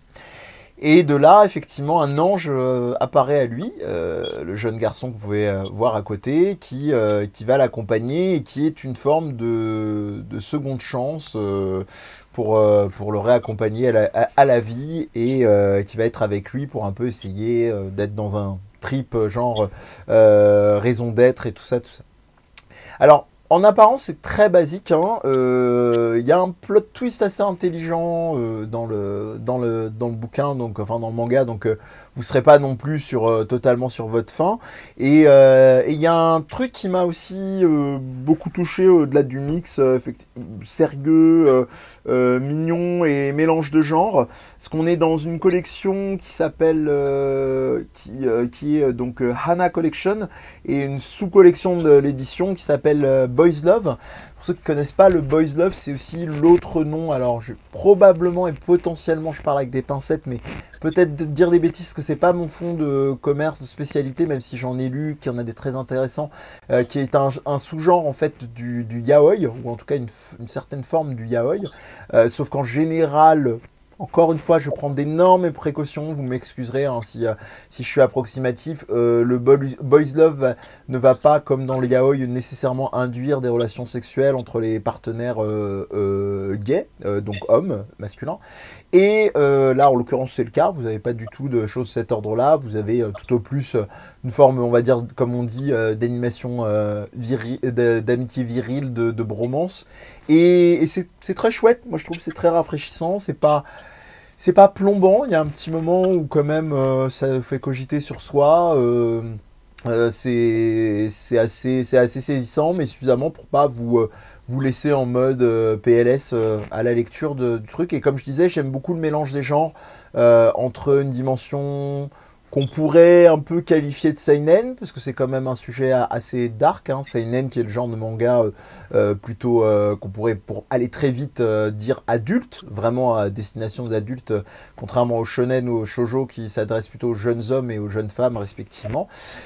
Et de là, effectivement, un ange apparaît à lui, le jeune garçon que vous pouvez voir à côté, qui va l'accompagner et qui est une forme de seconde chance pour le réaccompagner à la vie, et qui va être avec lui pour un peu essayer d'être dans un trip genre raison d'être et tout ça. Alors, en apparence, c'est très basique. Il y a un plot twist assez intelligent dans le bouquin, donc enfin dans le manga, donc vous serez pas non plus totalement sur votre faim. Et il y a un truc qui m'a aussi beaucoup touché au-delà du mix, sérieux, mignon et mélange de genres. Parce qu'on est dans une collection qui s'appelle qui est donc Hana Collection, et une sous-collection de l'édition qui s'appelle Boys Love. Pour ceux qui ne connaissent pas, le Boys Love, c'est aussi l'autre nom. Alors, probablement et potentiellement, je parle avec des pincettes, mais peut-être dire des bêtises, parce que c'est pas mon fond de commerce, de spécialité, même si j'en ai lu, qu'il y en a des très intéressants, qui est un sous-genre en fait du yaoi, ou en tout cas une certaine forme du yaoi, sauf qu'en général... Encore une fois, je prends d'énormes précautions, vous m'excuserez si je suis approximatif. Le Boys Love ne va pas, comme dans le yaoi, nécessairement induire des relations sexuelles entre les partenaires gays, donc hommes, masculins. Et là, en l'occurrence, c'est le cas. Vous n'avez pas du tout de choses de cet ordre-là. Vous avez tout au plus une forme, on va dire, comme on dit, d'animation d'amitié virile, de bromance. Et c'est très chouette. Moi, je trouve que c'est très rafraîchissant. C'est pas plombant, il y a un petit moment où quand même ça fait cogiter sur soi, c'est assez saisissant, mais suffisamment pour pas vous laisser en mode PLS à la lecture du truc. Et comme je disais, j'aime beaucoup le mélange des genres, entre une dimension qu'on pourrait un peu qualifier de seinen, parce que c'est quand même un sujet assez dark, seinen qui est le genre de manga plutôt qu'on pourrait, pour aller très vite, dire adulte, vraiment à destination des adultes, contrairement au shonen ou au shoujo qui s'adresse plutôt aux jeunes hommes et aux jeunes femmes respectivement.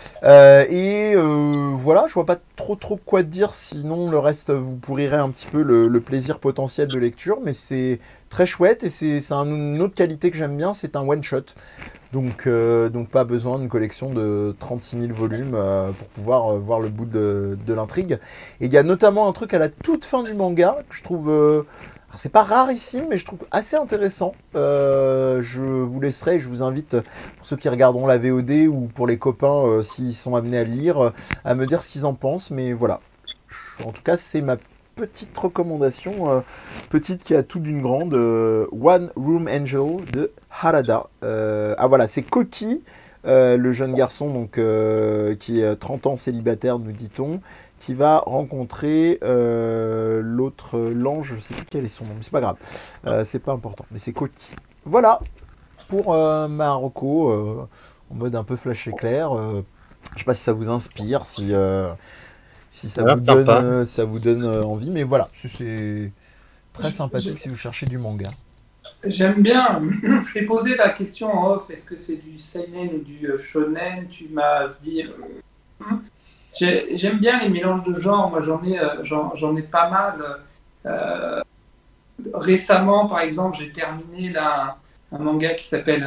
Voilà, je vois pas trop quoi dire, sinon le reste vous pourrirez un petit peu le plaisir potentiel de lecture, mais c'est très chouette, et c'est une autre qualité que j'aime bien, c'est un one shot. Donc pas besoin d'une collection de 36 000 volumes pour pouvoir voir le bout de l'intrigue. Et il y a notamment un truc à la toute fin du manga que je trouve... c'est pas rarissime, mais je trouve assez intéressant. Je vous laisserai, je vous invite, pour ceux qui regarderont la VOD ou pour les copains, s'ils sont amenés à le lire, à me dire ce qu'ils en pensent. Mais voilà. En tout cas, c'est ma petite recommandation, petite qui a tout d'une grande, One Room Angel de Harada. Voilà, c'est Koki, le jeune garçon donc qui est 30 ans célibataire, nous dit-on, qui va rencontrer l'autre l'ange, je sais plus quel est son nom, mais c'est pas grave, c'est pas important, mais c'est Koki. Voilà pour ma reco. en mode un peu flash éclair. Je sais pas si ça vous inspire, si ça, Voilà, ça vous donne envie, mais voilà, c'est très sympathique si vous cherchez du manga. J'aime bien. Je t'ai posé la question en off, est-ce que c'est du seinen ou du shonen? Tu m'as dit. J'aime bien les mélanges de genres. Moi, j'en ai pas mal. Récemment, par exemple, j'ai terminé là, un manga qui s'appelle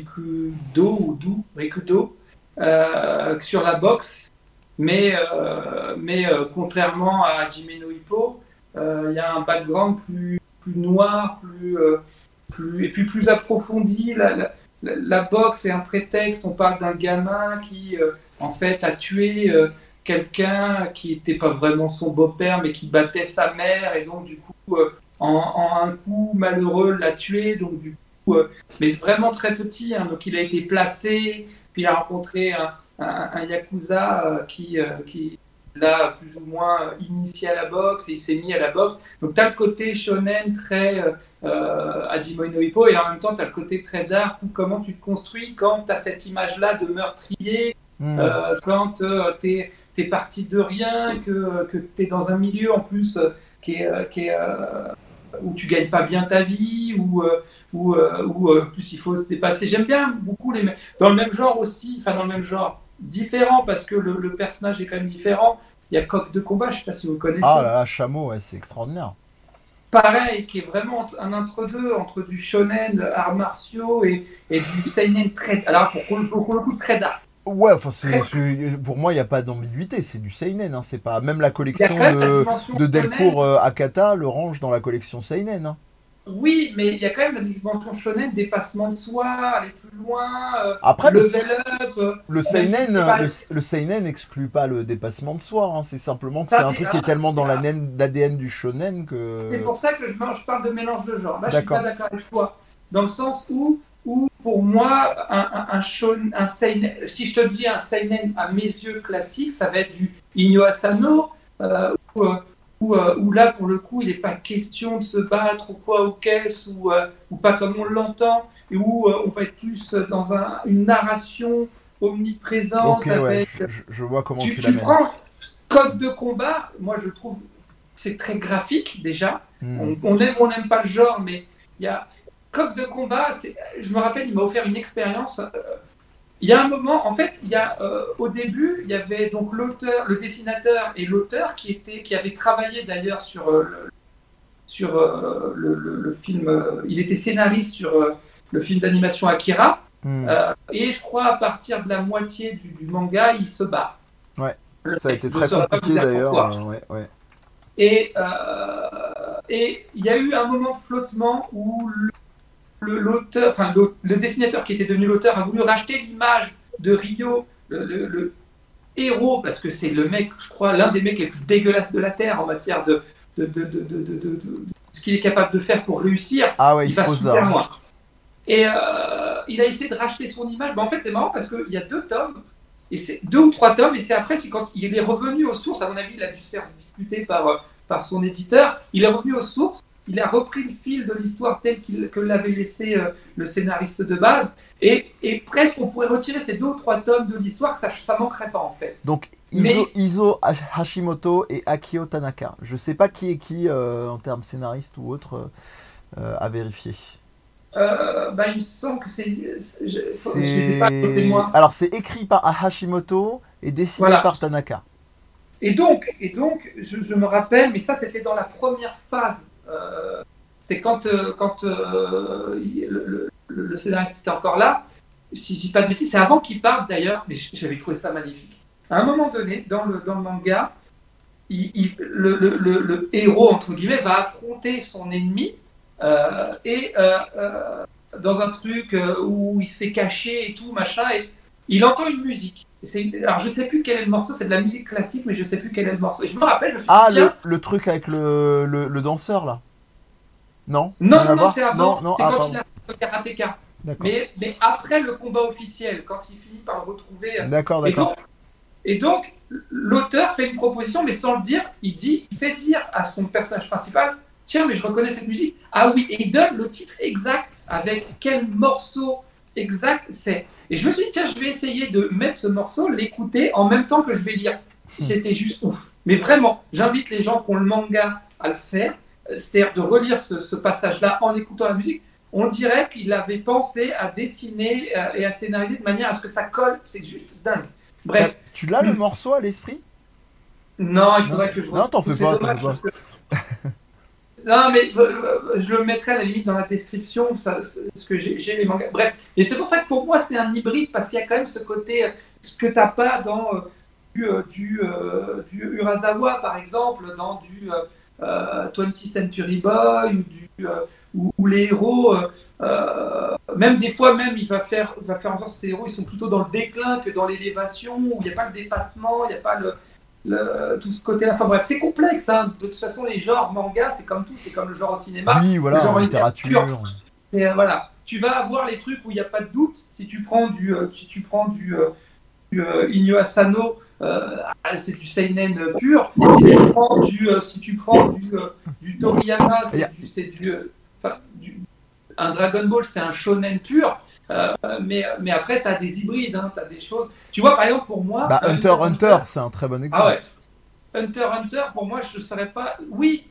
Rikudo, sur la boxe. Mais contrairement à Hajime no Ippo, il y a un background plus noir, plus approfondi. La boxe est un prétexte. On parle d'un gamin qui, en fait, a tué quelqu'un qui n'était pas vraiment son beau-père, mais qui battait sa mère, et donc du coup, en un coup malheureux, l'a tué. Donc du coup, mais vraiment très petit. Hein, donc il a été placé, puis il a rencontré un yakuza qui l'a plus ou moins initié à la boxe, et il s'est mis à la boxe. Donc tu as le côté shonen très Hajime no Ippo, et en même temps tu as le côté très dark, où comment tu te construis quand tu as cette image-là de meurtrier, quand t'es parti de rien, que tu es dans un milieu en plus qui est où tu gagnes pas bien ta vie, où plus il faut se dépasser. J'aime bien beaucoup dans le même genre aussi, enfin dans le même genre, différent parce que le personnage est quand même différent. Il y a Coq de combat, je sais pas si vous connaissez. Ah là là, Chameau, ouais, c'est extraordinaire. Pareil, qui est vraiment un entre-deux, entre du shonen, arts martiaux et du seinen très, alors pour le coup très dark. Ouais, enfin, pour moi, il n'y a pas d'ambiguïté, c'est du seinen, hein, c'est pas... Même la collection de Delcourt Akata le range dans la collection seinen. Hein. Oui, mais il y a quand même la dimension shonen, dépassement de soi, aller plus loin, après, level up. Le seinen n'exclut pas le dépassement de soi, hein, c'est simplement que c'est un truc qui est tellement dans l'ADN du shonen que... C'est pour ça que je parle de mélange de genres. Là, je suis pas d'accord avec toi, dans le sens où pour moi, un seinen, si je te dis un seinen à mes yeux classique, ça va être du Inyo Asano, où là, pour le coup, il n'est pas question de se battre ou quoi, ou qu'est-ce, ou pas comme on l'entend, et où on va être plus dans une narration omniprésente. Ok, avec, ouais, je vois comment tu tu l'amènes. prends Code de combat, moi je trouve que c'est très graphique déjà. On aime ou on n'aime pas le genre, mais il y a Coq de combat, je me rappelle, il m'a offert une expérience. Il y a un moment, en fait, au début, il y avait donc l'auteur, le dessinateur et l'auteur qui avaient travaillé d'ailleurs sur le film. Il était scénariste sur le film d'animation Akira. Et je crois à partir de la moitié du manga, il se bat. Ouais. Ça a été très compliqué d'ailleurs. Ouais. Et il y a eu un moment de flottement où l'auteur, enfin le dessinateur qui était devenu l'auteur a voulu racheter l'image de Ryo, le héros, parce que c'est le mec, je crois, l'un des mecs les plus dégueulasses de la Terre en matière de ce qu'il est capable de faire pour réussir. Ah ouais, il va super loin. Et il a essayé de racheter son image. En fait, c'est marrant parce qu'il y a 2 tomes, et c'est 2 ou 3 tomes, et c'est après, c'est quand il est revenu aux sources. À mon avis, il a dû se faire disputer par son éditeur. Il est revenu aux sources. Il a repris le fil de l'histoire tel que l'avait laissé le scénariste de base, et presque on pourrait retirer ces 2 ou 3 tomes de l'histoire, que ça manquerait pas en fait. Donc Iso Hashimoto et Akio Tanaka. Je sais pas qui est qui en termes scénariste ou autre, à vérifier. Il me semble que je les ai pas notés moi. Alors c'est écrit par Hashimoto et dessiné par Tanaka. Et donc je me rappelle, mais ça c'était dans la première phase. C'était quand le scénariste était encore là. Si je dis pas de bêtises, c'est avant qu'il parte d'ailleurs, mais j'avais trouvé ça magnifique. À un moment donné, dans le manga, le héros entre guillemets va affronter son ennemi dans un truc où il s'est caché et tout machin, et il entend une musique. Alors je sais plus quel est le morceau, c'est de la musique classique, mais je sais plus quel est le morceau. Et je me rappelle, je me suis dit, tiens, le truc avec le danseur là. Non, c'est avant. C'est quand il a le karatéka. Mais après le combat officiel, quand il finit par le retrouver. D'accord. Et donc l'auteur fait une proposition, mais sans le dire, il fait dire à son personnage principal, tiens, mais je reconnais cette musique. Ah oui, et il donne le titre exact avec quel morceau exact c'est. Et je me suis dit, tiens, je vais essayer de mettre ce morceau, l'écouter en même temps que je vais lire. C'était juste ouf. Mais vraiment, j'invite les gens qui ont le manga à le faire, c'est-à-dire de relire ce passage-là en écoutant la musique. On dirait qu'il avait pensé à dessiner et à scénariser de manière à ce que ça colle. C'est juste dingue. Bref. Tu l'as le morceau à l'esprit? Non, il faudrait que je... Non, t'en fais pas, Non, mais je le mettrai à la limite dans la description, parce que j'ai les mangas. Bref, et c'est pour ça que pour moi, c'est un hybride, parce qu'il y a quand même ce côté que t'as pas dans du Urasawa, par exemple, dans du 20th Century Boy, ou les héros, même des fois, même il va faire en sorte que ces héros, ils sont plutôt dans le déclin que dans l'élévation, où il n'y a pas le dépassement, il n'y a pas tout ce côté-là. Enfin bref, c'est complexe. Hein. De toute façon, les genres manga, c'est comme tout, c'est comme le genre au cinéma. Oui, voilà, le genre en littérature. Voilà, tu vas avoir les trucs où il n'y a pas de doute. Si tu prends du Inyo Asano, c'est du seinen pur. Si tu prends du Toriyama, un Dragon Ball, c'est un shonen pur. Mais après, tu as des hybrides, hein, tu as des choses. Tu vois, par exemple, pour moi. Hunter, c'est un très bon exemple. Ah ouais. Hunter, pour moi, je ne saurais pas. Oui,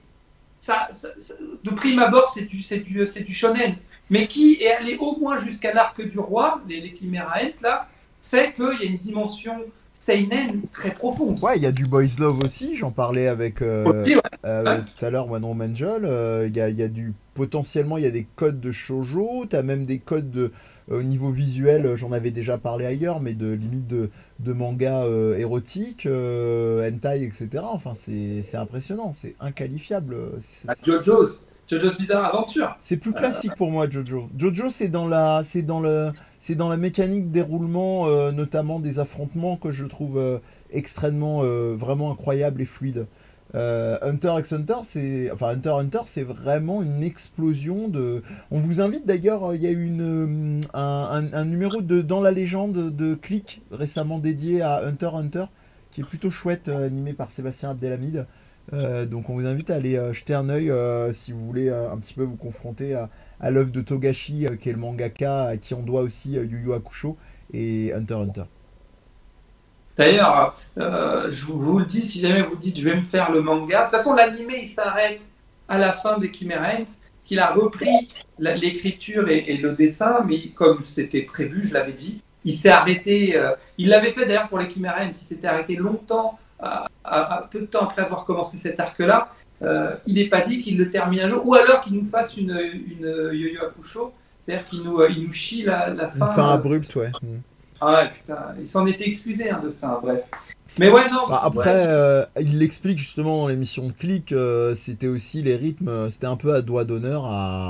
de prime abord, c'est du shonen. Mais qui est allé au moins jusqu'à l'arc du roi, les Chimera Ant, là, c'est qu'il y a une dimension seinen très profonde. Ouais, il y a du boys love aussi, j'en parlais avec tout à l'heure One Woman Angel. Il y a potentiellement, il y a des codes de shoujo, tu as même des codes au niveau visuel, j'en avais déjà parlé ailleurs, mais de limite de manga érotique, hentai, etc. Enfin, c'est impressionnant, c'est inqualifiable. Jojo's Bizarre Adventure. C'est plus classique pour moi, Jojo. Jojo, c'est dans la mécanique de déroulement, notamment des affrontements, que je trouve extrêmement, vraiment incroyable et fluide. Hunter x Hunter, c'est vraiment une explosion de. On vous invite d'ailleurs, il y a eu un numéro de Dans la légende de Click récemment dédié à Hunter x Hunter, qui est plutôt chouette, animé par Sébastien Abdelhamid. Donc on vous invite à aller jeter un œil si vous voulez un petit peu vous confronter à l'œuvre de Togashi, qui est le mangaka à qui on doit aussi Yu Yu Hakusho et Hunter x Hunter. D'ailleurs, je vous le dis, si jamais vous dites je vais me faire le manga, de toute façon l'animé il s'arrête à la fin des Chimera Ant, qu'il a repris l'écriture et le dessin, mais comme c'était prévu, je l'avais dit, il s'est arrêté, il l'avait fait d'ailleurs pour les Chimera Ant, il s'était arrêté longtemps, peu de temps après avoir commencé cet arc-là. Il n'est pas dit qu'il le termine un jour, ou alors qu'il nous fasse une Yu Yu Hakusho, c'est-à-dire qu'il nous chie la fin. Une fin abrupte, ouais. Ah ouais, putain, il s'en était excusé de ça, bref. Mais ouais, non. Après, il l'explique justement dans l'émission de Click, c'était aussi les rythmes, c'était un peu à doigt d'honneur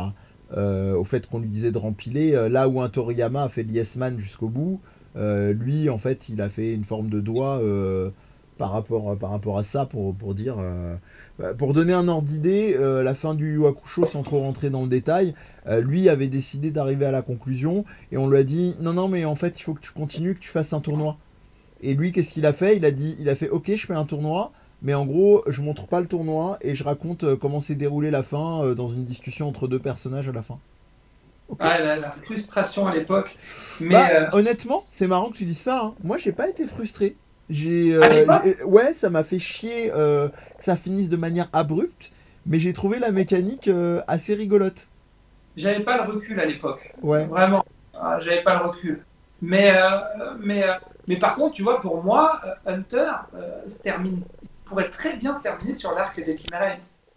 au fait qu'on lui disait de rempiler. Là où un Toriyama a fait Yes Man jusqu'au bout, lui, en fait, il a fait une forme de doigt par rapport à ça pour dire. Pour donner un ordre d'idée, la fin du Yu Hakusho, sans trop rentrer dans le détail, lui avait décidé d'arriver à la conclusion et on lui a dit non mais en fait il faut que tu continues, que tu fasses un tournoi. Et lui qu'est-ce qu'il a fait? Il a fait ok, je fais un tournoi, mais en gros je montre pas le tournoi et je raconte comment s'est déroulée la fin dans une discussion entre deux personnages à la fin. Okay. Ah, la frustration à l'époque. Mais honnêtement, c'est marrant que tu dises ça. Hein. Moi j'ai pas été frustré. Ouais, ça m'a fait chier que ça finisse de manière abrupte, mais j'ai trouvé la mécanique assez rigolote. J'avais pas le recul à l'époque. Ouais. Vraiment, j'avais pas le recul. Mais par contre, tu vois, pour moi, Hunter pourrait très bien se terminer sur l'arc des Chimera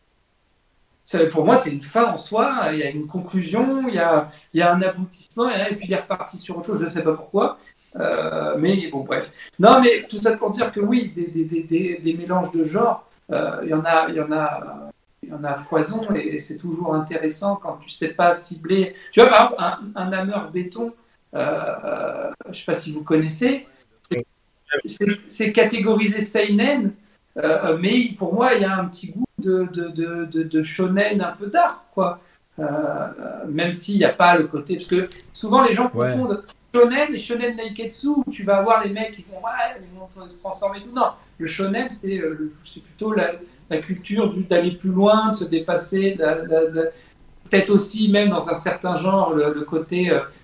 Ant. Pour moi, c'est une fin en soi. Il y a une conclusion, il y a un aboutissement, et puis il est reparti sur autre chose. Je ne sais pas pourquoi. Mais bon, bref. Non, mais tout ça pour dire que oui, des mélanges de genres, il y en a à foison et c'est toujours intéressant quand tu sais pas cibler. Tu vois, par exemple, un hammer béton, je sais pas si vous connaissez, c'est catégorisé seinen, mais pour moi, il y a un petit goût de shonen un peu dark, quoi. Même s'il n'y a pas le côté, parce que souvent les gens confondent shonen et shonen naiketsu, où tu vas avoir les mecs qui vont se transformer et tout. Non, le shonen c'est plutôt la culture d'aller plus loin, de se dépasser, peut-être aussi même dans un certain genre le côté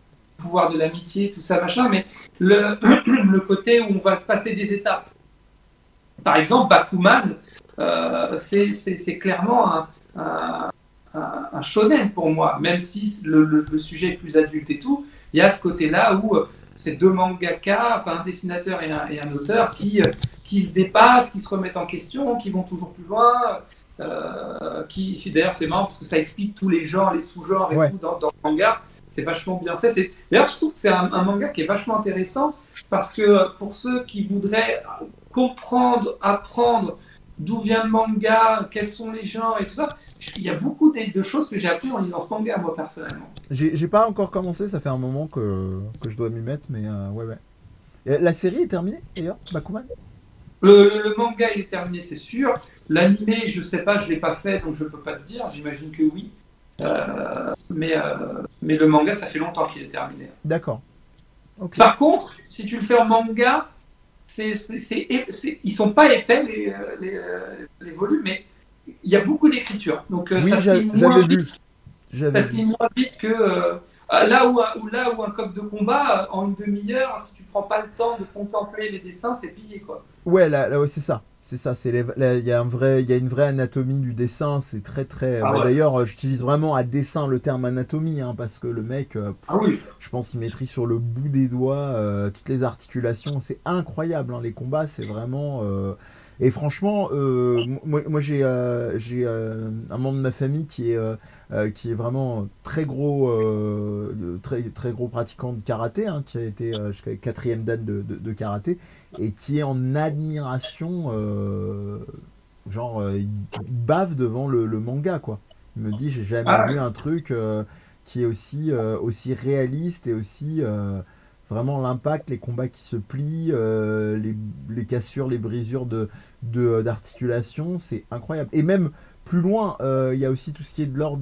pouvoir de l'amitié, tout ça, machin, mais le, le côté où on va passer des étapes. Par exemple, Bakuman, c'est clairement un shonen pour moi, même si le sujet est plus adulte et tout. Il y a ce côté-là où c'est deux mangaka, enfin un dessinateur et un auteur qui se dépassent, qui se remettent en question, qui vont toujours plus loin. D'ailleurs, c'est marrant parce que ça explique tous les genres, les sous-genres et tout dans le manga. C'est vachement bien fait. D'ailleurs, je trouve que c'est un manga qui est vachement intéressant parce que pour ceux qui voudraient comprendre, apprendre d'où vient le manga, quels sont les genres et tout ça, il y a beaucoup de choses que j'ai appris en lisant ce manga, moi, personnellement. J'ai pas encore commencé, ça fait un moment que je dois m'y mettre, mais ouais. Et la série est terminée, d'ailleurs, Bakuman? Le manga, il est terminé, c'est sûr. L'animé, je sais pas, je l'ai pas fait, donc je peux pas te dire. J'imagine que oui. Mais le manga, ça fait longtemps qu'il est terminé. D'accord. Okay. Par contre, si tu le fais en manga, ils sont pas épais, les volumes, mais il y a beaucoup d'écriture. Donc, oui, ça se lit moins vite que... là où un coq de combat, en une demi-heure, si tu prends pas le temps de contempler les dessins, c'est plié, quoi. Ouais, ouais, c'est ça. C'est ça. Il y a une vraie anatomie du dessin. C'est très. Ouais. D'ailleurs, j'utilise vraiment à dessin le terme anatomie, hein, parce que le mec, je pense qu'il maîtrise sur le bout des doigts toutes les articulations. C'est incroyable, hein, les combats. C'est vraiment. Et franchement, moi j'ai un membre de ma famille qui est vraiment très gros pratiquant de karaté, hein, qui a été jusqu'à 4e dan de karaté, et qui est en admiration, il bave devant le manga, quoi. Il me dit, j'ai jamais vu un truc qui est aussi réaliste et aussi... vraiment l'impact, les combats qui se plient, les cassures, les brisures d'articulation, c'est incroyable. Et même plus loin, il y a aussi tout ce qui est de l'ordre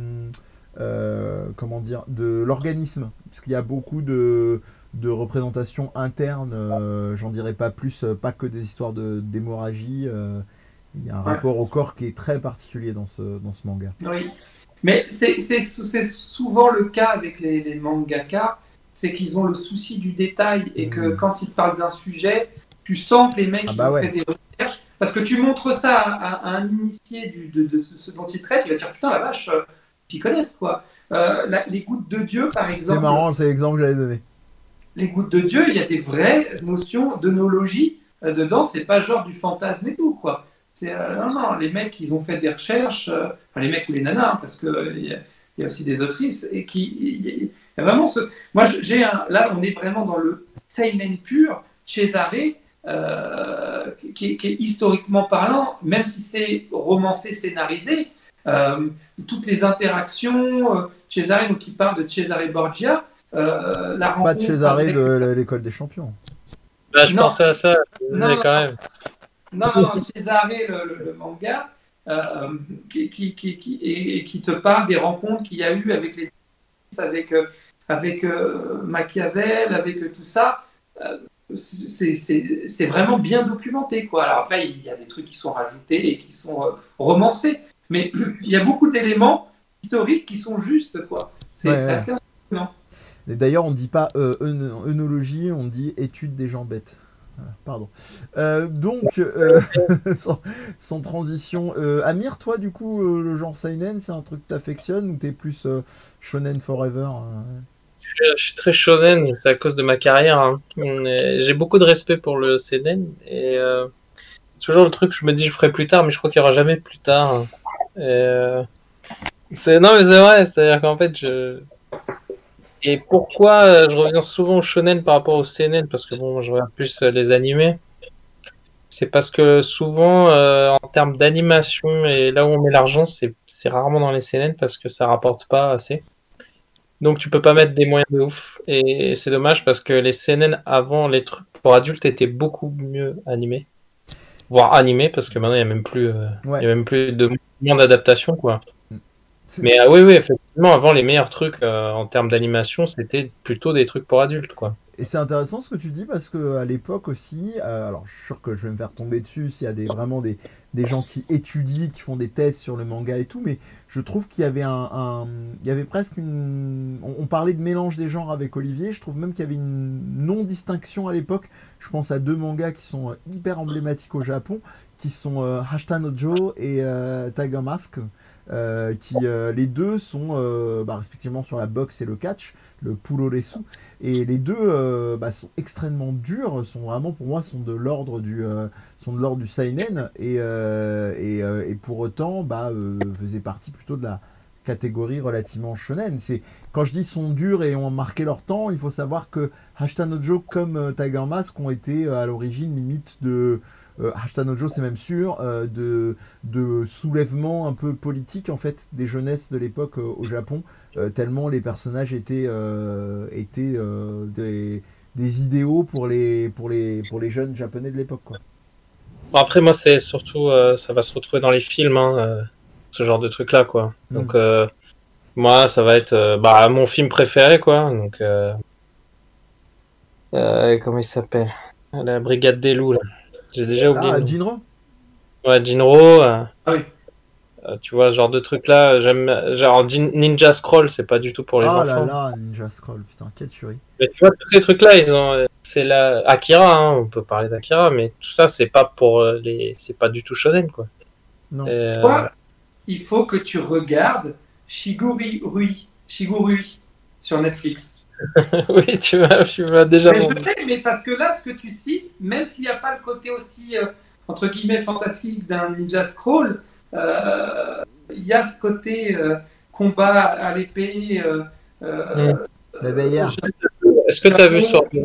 de l'organisme, parce qu'il y a beaucoup de représentations internes, j'en dirais pas plus, pas que des histoires d'hémorragie. Il y a un rapport au corps qui est très particulier dans ce manga. Oui, mais c'est souvent le cas avec les mangaka. C'est qu'ils ont le souci du détail et que quand ils parlent d'un sujet, tu sens que les mecs ont fait des recherches. Parce que tu montres ça à un initié de ce dont ils traitent, il va dire putain la vache, ils connaissent quoi. Les gouttes de Dieu par exemple. C'est marrant, c'est l'exemple que j'allais donner. Les gouttes de Dieu, il y a des vraies notions d'œnologie dedans, c'est pas genre du fantasme et tout quoi. Non, les mecs ils ont fait des recherches, les mecs ou les nanas, hein, parce qu'il y a aussi des autrices et qui. Vraiment moi, là, on est vraiment dans le seinen pur, Cesare, qui est historiquement parlant, même si c'est romancé, scénarisé, toutes les interactions, Cesare, donc, qui parle de Cesare Borgia, la rencontre... Pas de Cesare de l'école des champions. Bah, je pensais à ça, mais quand même. Non, Cesare, le manga, qui te parle des rencontres qu'il y a eu avec les... avec Machiavel, avec tout ça, c'est vraiment bien documenté, quoi. Alors après, il y a des trucs qui sont rajoutés et qui sont romancés, mais il y a beaucoup d'éléments historiques qui sont justes, quoi. C'est assez impressionnant. Et d'ailleurs, on ne dit pas œnologie, on dit étude des gens bêtes. Pardon. Donc, sans transition, Amir, toi, du coup, le genre seinen, c'est un truc que t'affectionnes ou t'es plus shonen forever? Je suis très shonen, c'est à cause de ma carrière. Hein. J'ai beaucoup de respect pour le seinen et c'est toujours le truc que je me dis je ferai plus tard, mais je crois qu'il n'y aura jamais plus tard. Non, mais c'est vrai, c'est-à-dire qu'en fait, Et pourquoi je reviens souvent au shonen par rapport au seinen, parce que bon, je regarde plus les animés. C'est parce que souvent, en termes d'animation et là où on met l'argent, c'est rarement dans les seinen parce que ça rapporte pas assez. Donc tu peux pas mettre des moyens de ouf. Et c'est dommage parce que les seinen avant, les trucs pour adultes étaient beaucoup mieux animés. Voire animés, parce que maintenant il n'y a même plus, il y a même plus de moyens d'adaptation, quoi. Mais oui, effectivement, avant les meilleurs trucs en termes d'animation, c'était plutôt des trucs pour adultes, quoi. Et c'est intéressant ce que tu dis parce que à l'époque aussi, alors je suis sûr que je vais me faire tomber dessus s'il y a vraiment des gens qui étudient, qui font des thèses sur le manga et tout, mais je trouve qu'il y avait il y avait presque on parlait de mélange des genres avec Olivier, je trouve même qu'il y avait une non-distinction à l'époque. Je pense à deux mangas qui sont hyper emblématiques au Japon, qui sont Hashita no Joe et Tiger Mask. Les deux sont respectivement sur la boxe et le catch, le puroresu, et les deux sont extrêmement durs, sont vraiment pour moi sont de l'ordre du seinen et pour autant faisaient partie plutôt de la catégorie relativement shonen. C'est quand je dis sont durs et ont marqué leur temps, il faut savoir que Hashita no Joe comme Tiger Mask ont été à l'origine limite de Hashita no Joe, c'est même sûr, de soulèvement un peu politique en fait des jeunesses de l'époque au Japon, tellement les personnages étaient des idéaux pour les jeunes japonais de l'époque, quoi. Bon, après, moi, c'est surtout, ça va se retrouver dans les films, hein, ce genre de truc-là, quoi. Donc, moi, ça va être mon film préféré, quoi. Donc, comment il s'appelle? La Brigade des loups, là. J'ai déjà oublié. Ah, Jinro? Ouais, Jinro. Ah oui. Tu vois, ce genre de truc-là, j'aime. Genre, Ninja Scroll, c'est pas du tout pour les enfants. Ah là là, Ninja Scroll, putain, quelle tuerie. Mais tu vois, tous ces trucs-là, ils ont. C'est la Akira, hein, on peut parler d'Akira, mais tout ça, c'est pas pour c'est pas du tout shonen, quoi. Non. Toi, il faut que tu regardes Shigurui sur Netflix. Oui, tu vas déjà. Mais je sais, mais parce que là, ce que tu cites, même s'il n'y a pas le côté aussi, entre guillemets, fantastique d'un Ninja Scroll, il y a ce côté combat à l'épée. La Bayard. Est-ce que tu as vu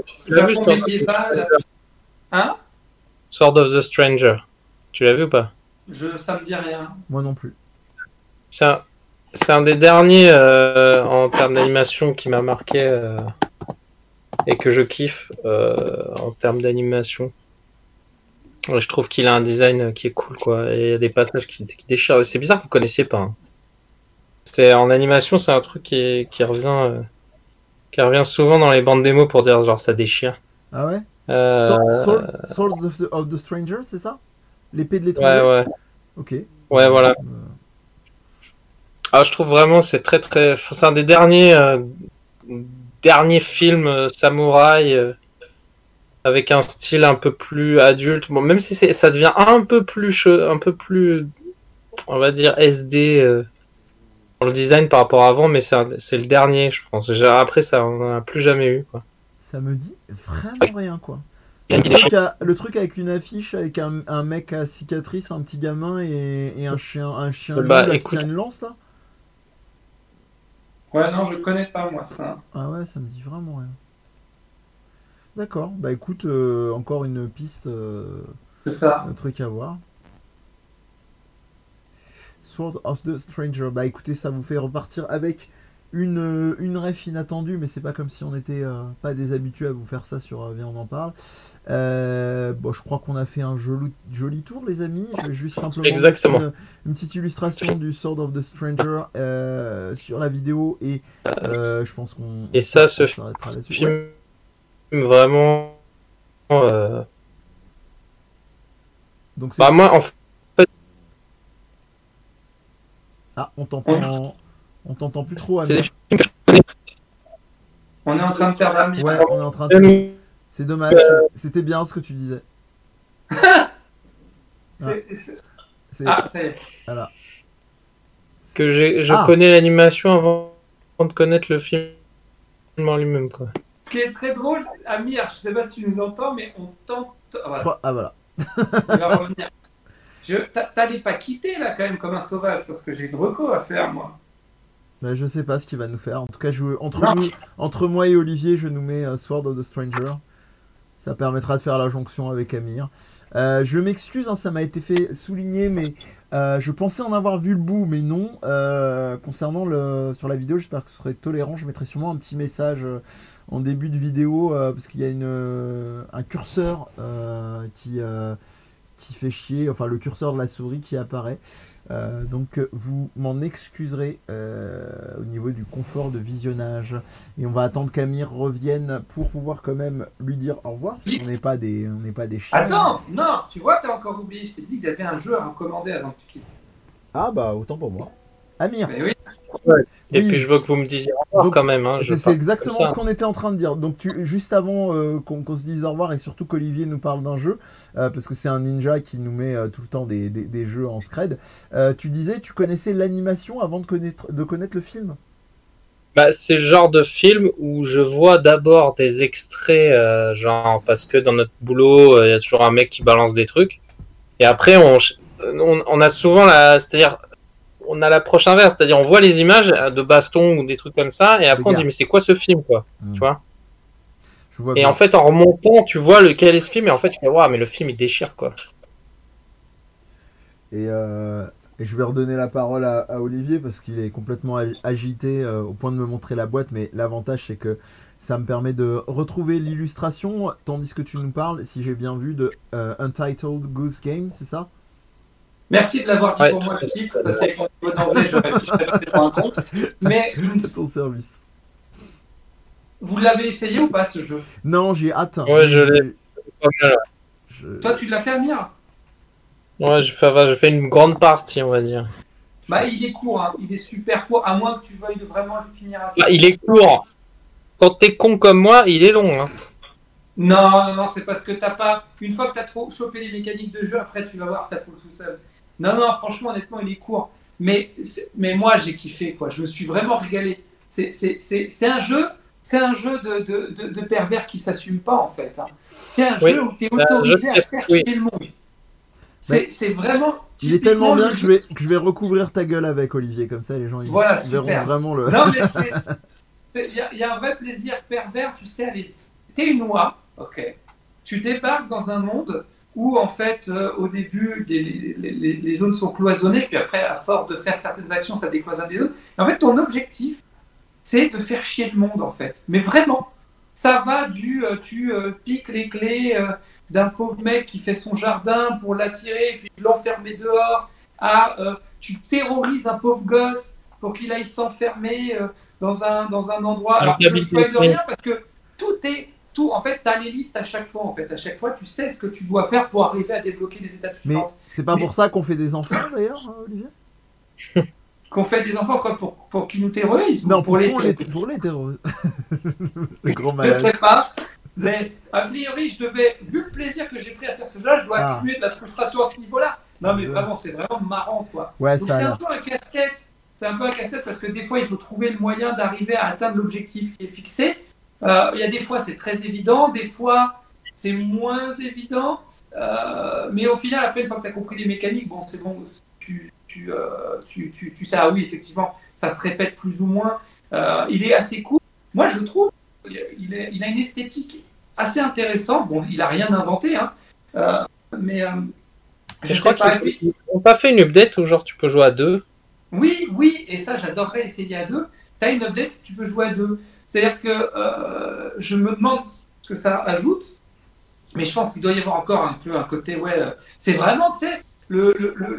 Hein? Sword of the Stranger? Tu l'as vu ou pas? Ça me dit rien. Moi non plus. C'est un des derniers en termes d'animation qui m'a marqué et que je kiffe en termes d'animation. Je trouve qu'il a un design qui est cool, quoi. Et il y a des passages qui déchirent. C'est bizarre que vous ne connaissiez pas. Hein. En animation, c'est un truc qui revient souvent dans les bandes démos pour dire genre ça déchire. Ah ouais? Sword of the Stranger, c'est ça? L'épée de l'étranger? Ouais. Ok. Ouais, voilà. Je trouve vraiment c'est très très. C'est un des derniers films samouraï avec un style un peu plus adulte. Bon, même si ça devient un peu plus, on va dire SD dans le design par rapport à avant, mais c'est le dernier, je pense. Après, ça, on n'en a plus jamais eu, quoi. Ça me dit vraiment rien, quoi. Le truc avec une affiche avec un mec à cicatrice, un petit gamin et un chien qui tient une lance là. Ouais, non, je connais pas moi ça. Ah ouais, ça me dit vraiment rien. D'accord, bah écoute, encore une piste, c'est ça. Un truc à voir. Sword of the Stranger, bah écoutez, ça vous fait repartir avec une ref inattendue, mais c'est pas comme si on n'était pas des habitués à vous faire ça sur Viens on en parle. Je crois qu'on a fait un joli tour, les amis. Je vais juste simplement mettre une petite illustration du Sword of the Stranger sur la vidéo et je pense qu'on. Et ça, ce film vraiment. Donc moi, en fait. Ah, on t'entend plus trop. On est en train de perdre Amir. Ouais, on est en train de. C'est dommage. C'était bien ce que tu disais. ça y est. Voilà. Que je connais l'animation avant de connaître le film en lui-même, quoi. Ce qui est très drôle, Amir, je sais pas si tu nous entends, mais on t'entend. Ah voilà. Il va revenir. T'allais pas quitter là quand même comme un sauvage parce que j'ai une reco à faire moi. Mais je sais pas ce qu'il va nous faire. En tout cas, entre moi et Olivier, je nous mets Sword of the Stranger. Ça permettra de faire la jonction avec Amir. Je m'excuse, hein, ça m'a été fait souligner, mais je pensais en avoir vu le bout, mais non. Concernant sur la vidéo, j'espère que ce serait tolérant. Je mettrai sûrement un petit message en début de vidéo parce qu'il y a un curseur qui fait chier, enfin le curseur de la souris qui apparaît. Donc vous m'en excuserez au niveau du confort de visionnage. Et on va attendre qu'Amir revienne pour pouvoir quand même lui dire au revoir, parce qu'on n'est pas des chiens. Attends, non, tu vois, t'as encore oublié. Je t'ai dit que j'avais un jeu à recommander avant que tu quittes. Ah bah autant pour moi. Amir. Mais oui. Ouais. Et Oui. puis je veux que vous me disiez au revoir Donc, quand même. Hein, c'est exactement ce qu'on était en train de dire. Donc juste avant qu'on se dise au revoir et surtout qu'Olivier nous parle d'un jeu, parce que c'est un ninja qui nous met tout le temps des jeux en scred, tu disais tu connaissais l'animation avant de connaître le film. Bah, c'est le genre de film où je vois d'abord des extraits, genre parce que dans notre boulot, il y a toujours un mec qui balance des trucs. Et après, on a souvent c'est-à-dire, on a l'approche inverse, c'est-à-dire on voit les images de baston ou des trucs comme ça, et après on dit mais c'est quoi ce film, quoi, tu vois. Je vois Et bien. en fait, en remontant, tu vois lequel est ce film, et en fait tu fais waouh, mais le film il déchire, quoi. Et je vais redonner la parole à Olivier parce qu'il est complètement agité au point de me montrer la boîte, mais l'avantage c'est que ça me permet de retrouver l'illustration tandis que tu nous parles, si j'ai bien vu, de Untitled Goose Game, c'est ça? Merci de l'avoir dit Ouais, pour moi le titre, parce qu'avec mon niveau d'anglais, je serais passé pour un con. Mais À ton service. vous l'avez essayé ou pas ce jeu? Non, j'ai hâte. Ouais, je l'ai. Pas mal. Toi, tu l'as fait, Amir? Ouais, j'ai fait une grande partie, on va dire. Bah, il est court, hein. Il est super court, à moins que tu veuilles vraiment le finir assez. Bah, il est court. Quand t'es con comme moi, il est long. Hein. Non, c'est parce que t'as pas. Une fois que t'as trop chopé les mécaniques de jeu, après tu vas voir, ça coule tout seul. Non, franchement, honnêtement, il est court. Mais moi, j'ai kiffé, quoi. Je me suis vraiment régalé. C'est un jeu de pervers qui s'assume pas, en fait. Hein. C'est un jeu où tu es autorisé à faire chier le monde. C'est vraiment. Il est tellement bien que je vais recouvrir ta gueule avec Olivier, comme ça les gens ils verront vraiment le. Non, mais il y a un vrai plaisir pervers, tu sais, t'es une oie, ok. Tu débarques dans un monde où, en fait, au début, les zones sont cloisonnées, puis après, à force de faire certaines actions, ça décloisonne des zones. Et en fait, ton objectif, c'est de faire chier le monde, en fait. Mais vraiment, ça va tu piques les clés d'un pauvre mec qui fait son jardin pour l'attirer, puis l'enfermer dehors, tu terrorises un pauvre gosse pour qu'il aille s'enfermer dans un endroit. Alors, je ne spoil rien parce que tout, en fait, tu as les listes à chaque fois. En fait, à chaque fois, tu sais ce que tu dois faire pour arriver à débloquer les étapes suivantes. Mais c'est pas pour ça qu'on fait des enfants, d'ailleurs, Olivier? Qu'on fait des enfants quoi, pour qu'ils nous terrorisent? Non, pour les terroristes. Le grand Je malade. ne sais pas. Mais a priori, vu le plaisir que j'ai pris à faire ce jeu, je dois accumuler de la frustration à ce niveau-là. Non, mais vraiment, c'est vraiment marrant, quoi. Ouais, donc c'est un peu un casse-tête. C'est un peu un casse-tête parce que des fois, il faut trouver le moyen d'arriver à atteindre l'objectif qui est fixé. Il y a des fois, c'est très évident. Des fois, c'est moins évident. Mais au final, après, une fois que tu as compris les mécaniques, bon, c'est bon. Tu sais, ah oui, effectivement, ça se répète plus ou moins. Il est assez court. Moi, je trouve il a une esthétique assez intéressante. Bon, il n'a rien inventé, hein. Mais je crois qu'ils n'ont pas fait une update où genre tu peux jouer à deux. Oui, et ça, j'adorerais essayer à deux. Tu as une update où tu peux jouer à deux. C'est-à-dire que je me demande ce que ça ajoute, mais je pense qu'il doit y avoir encore un peu un côté, c'est vraiment, tu sais, le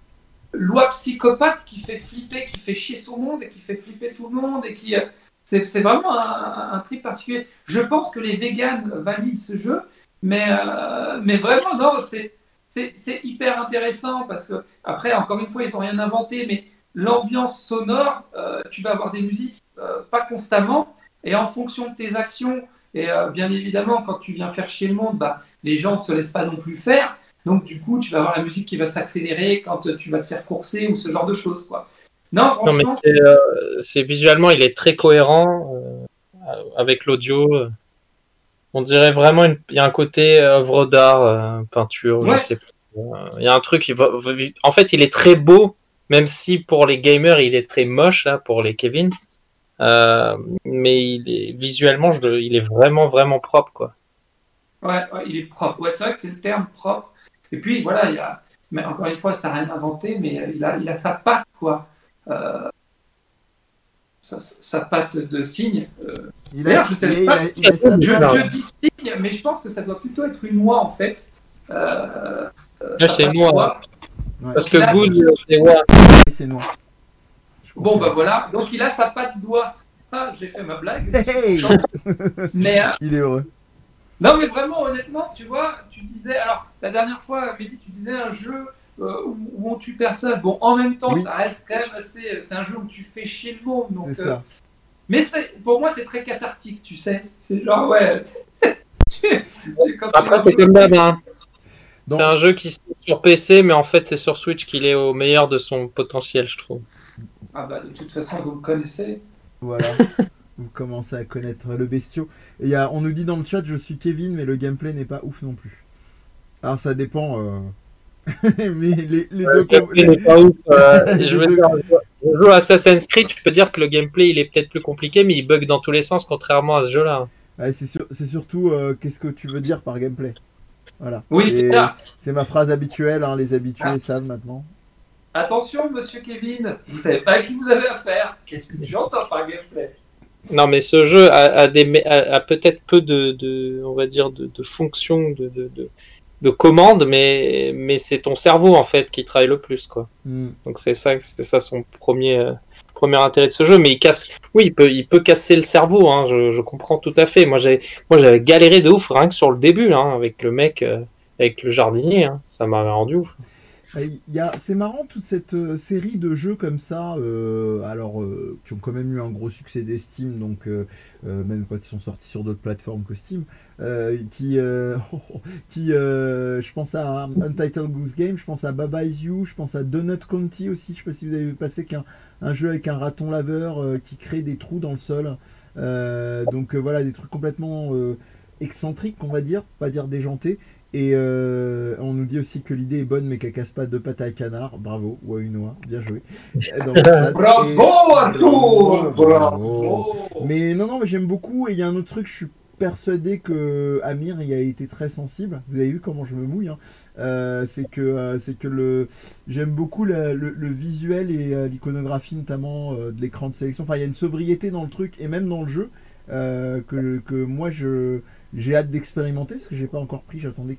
loi psychopathe qui fait flipper, qui fait chier son monde et qui fait flipper tout le monde et qui c'est vraiment un trip particulier. Je pense que les véganes valident ce jeu, mais vraiment non, c'est hyper intéressant parce que après encore une fois ils n'ont rien inventé, mais l'ambiance sonore, tu vas avoir des musiques pas constamment et en fonction de tes actions et bien évidemment quand tu viens faire chier le monde, les gens ne se laissent pas non plus faire. Donc, du coup, tu vas avoir la musique qui va s'accélérer quand tu vas te faire courser ou ce genre de choses, quoi. Non, franchement... Non, mais c'est visuellement, il est très cohérent avec l'audio. On dirait vraiment, il y a un côté œuvre d'art, peinture, je sais pas. Il y a un truc, en fait, il est très beau, même si pour les gamers, il est très moche, là, pour les Kevin. Mais visuellement, il est vraiment, vraiment propre, quoi. Ouais, il est propre. Ouais, c'est vrai que c'est le terme propre. Et puis voilà, mais encore une fois, ça n'a rien inventé, mais il a sa patte, quoi. Sa patte de cygne. D'ailleurs, je sais pas. Je dis cygne, mais je pense que ça doit plutôt être une oie, en fait. Là, c'est noir. Ouais. Parce que Il a- Goose, c'est noir. Et c'est noir. Je Bon, comprends. bah voilà. Donc, il a sa patte doigt. Ah, j'ai fait ma blague. Hey Mais Il est heureux. non, mais vraiment, honnêtement, tu vois, tu disais. Alors, la dernière fois, Mehdi, tu disais un jeu où on tue personne. Bon, en même temps, Oui. ça reste quand même assez. C'est un jeu où tu fais chier le monde. Donc, C'est ça. mais pour moi, c'est très cathartique, tu sais. C'est genre, ouais. Après, c'est comme d'hab, hein. Donc- C'est un jeu qui se fait sur PC, mais en fait, c'est sur Switch qu'il est au meilleur de son potentiel, je trouve. Ah bah, de toute façon, vous me connaissez. Voilà. Vous commencez à connaître le bestiau. Et on nous dit dans le chat, je suis Kevin, mais le gameplay n'est pas ouf non plus. Alors ça dépend. Mais les deux. Le gameplay n'est pas ouf. Les Je veux deux. dire, le jeu Assassin's Creed, je peux dire que le gameplay il est peut-être plus compliqué, mais il bug dans tous les sens, contrairement à ce jeu-là. Ouais, c'est surtout qu'est-ce que tu veux dire par gameplay. Voilà. Oui, Et là. c'est ma phrase habituelle, hein, les habitués Ah. savent maintenant. Attention, monsieur Kevin, vous savez pas à qui vous avez affaire. Qu'est-ce que tu entends par gameplay? Non, mais ce jeu a peut-être peu on va dire, de fonctions, de commandes, mais c'est ton cerveau en fait qui travaille le plus, quoi. Donc c'est ça son premier intérêt de ce jeu. Mais il peut casser le cerveau, hein, je comprends tout à fait. Moi j'avais galéré de ouf rien que sur le début, hein, avec le mec, avec le jardinier, hein, ça m'a rendu ouf. C'est marrant toute cette série de jeux comme ça, qui ont quand même eu un gros succès d'estime, donc même quand ils sont sortis sur d'autres plateformes que Steam, je pense à Untitled Goose Game, je pense à Baba Is You, je pense à Donut County aussi, je sais pas si vous avez passé un jeu avec un raton laveur qui crée des trous dans le sol, voilà, des trucs complètement excentriques, on va dire, pas dire déjantés. Et on nous dit aussi que l'idée est bonne mais qu'elle casse pas deux pattes à canard. Bravo, Wauinois, bien joué. Dans le chat. Bravo Arthur, Bravo. Mais non, mais j'aime beaucoup. Et il y a un autre truc, je suis persuadé que Amir y a été très sensible. Vous avez vu comment je me mouille, hein. C'est que j'aime beaucoup le visuel et l'iconographie notamment de l'écran de sélection. Enfin, il y a une sobriété dans le truc et même dans le jeu que moi j'ai hâte d'expérimenter parce que j'ai pas encore pris. J'attendais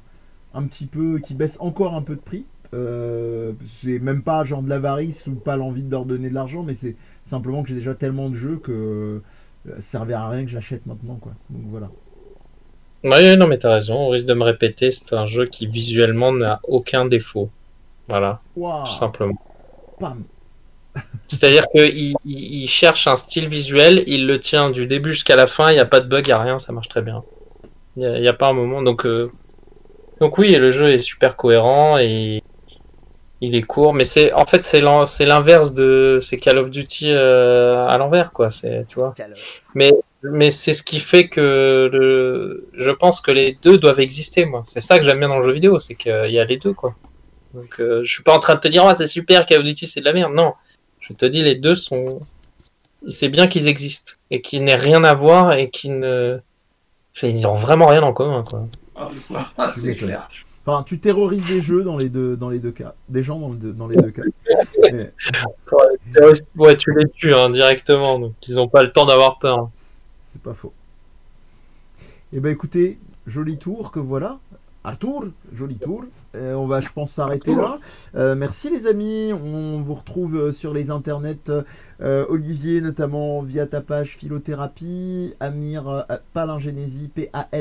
qu'il baisse encore un peu de prix. C'est même pas genre de l'avarice ou pas l'envie de leur donner de l'argent, mais c'est simplement que j'ai déjà tellement de jeux que ça servait à rien que j'achète maintenant, quoi. Donc voilà. Ouais, non, mais t'as raison, on risque de me répéter, c'est un jeu qui visuellement n'a aucun défaut. Voilà, Wow. tout simplement. Pam. C'est-à-dire qu'il cherche un style visuel, il le tient du début jusqu'à la fin, il n'y a pas de bug, il n'y a rien, ça marche très bien. Il n'y a pas un moment. Donc oui, le jeu est super cohérent et il est court, mais c'est l'inverse c'est Call of Duty à l'envers, quoi. Tu vois. Mais c'est ce qui fait que je pense que les deux doivent exister, moi. C'est ça que j'aime bien dans le jeu vidéo, c'est qu'il y a les deux, quoi. Donc je suis pas en train de te dire c'est super, Call of Duty c'est de la merde, non. Je te dis les deux sont. C'est bien qu'ils existent et qu'ils n'aient rien à voir et ils ont vraiment rien en commun, quoi. Ah, c'est clair. Enfin, tu terrorises les jeux dans les deux cas. Des gens dans les deux cas. Mais... Ouais, tu les tues directement, donc ils n'ont pas le temps d'avoir peur. C'est pas faux. Et ben écoutez, joli tour que voilà. Arthur, joli tour. On va, je pense, s'arrêter là. Merci les amis. On vous retrouve sur les internets. Olivier, notamment via ta page Philothérapie. Amir, Palingénésie,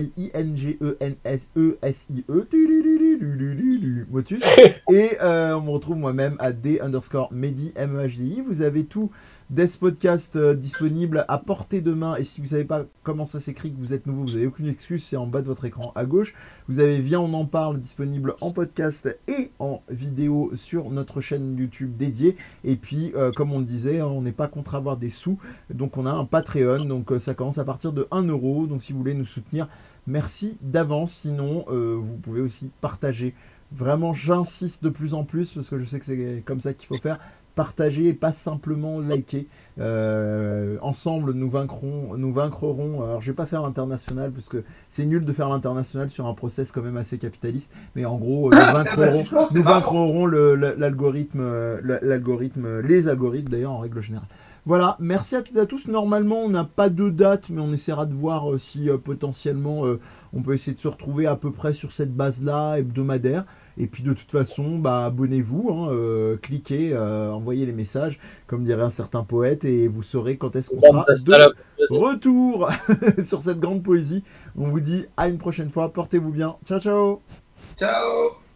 P-A-L-I-N-G-E-N-S-E-S-I-E. Motus. Et on me retrouve moi-même à D_Mehdi, M-E-H-D-I. Vous avez tout Death Podcast disponible à portée de main. Et si vous savez pas comment ça s'écrit, que vous êtes nouveau, vous n'avez aucune excuse, c'est en bas de votre écran à gauche. Vous avez Viens on en parle disponible en podcast et en vidéo sur notre chaîne YouTube dédiée. Et puis comme on le disait, on n'est pas contre avoir des sous, donc on a un Patreon, donc ça commence à partir de 1 €. Donc si vous voulez nous soutenir, merci d'avance. Sinon vous pouvez aussi partager. Vraiment, j'insiste de plus en plus parce que je sais que c'est comme ça qu'il faut faire. Partager et pas simplement liker. Ensemble, nous vaincrons. Alors, je vais pas faire l'international parce que c'est nul de faire l'international sur un process quand même assez capitaliste. Mais en gros, nous vaincrons l'algorithme, les algorithmes d'ailleurs en règle générale. Voilà, merci à toutes et à tous. Normalement, on n'a pas de date, mais on essaiera de voir si potentiellement on peut essayer de se retrouver à peu près sur cette base-là, hebdomadaire. Et puis de toute façon, bah, abonnez-vous, hein, cliquez, envoyez les messages, comme dirait un certain poète, et vous saurez quand est-ce qu'on sera de retour sur cette grande poésie. On vous dit à une prochaine fois, portez-vous bien. Ciao, ciao. Ciao.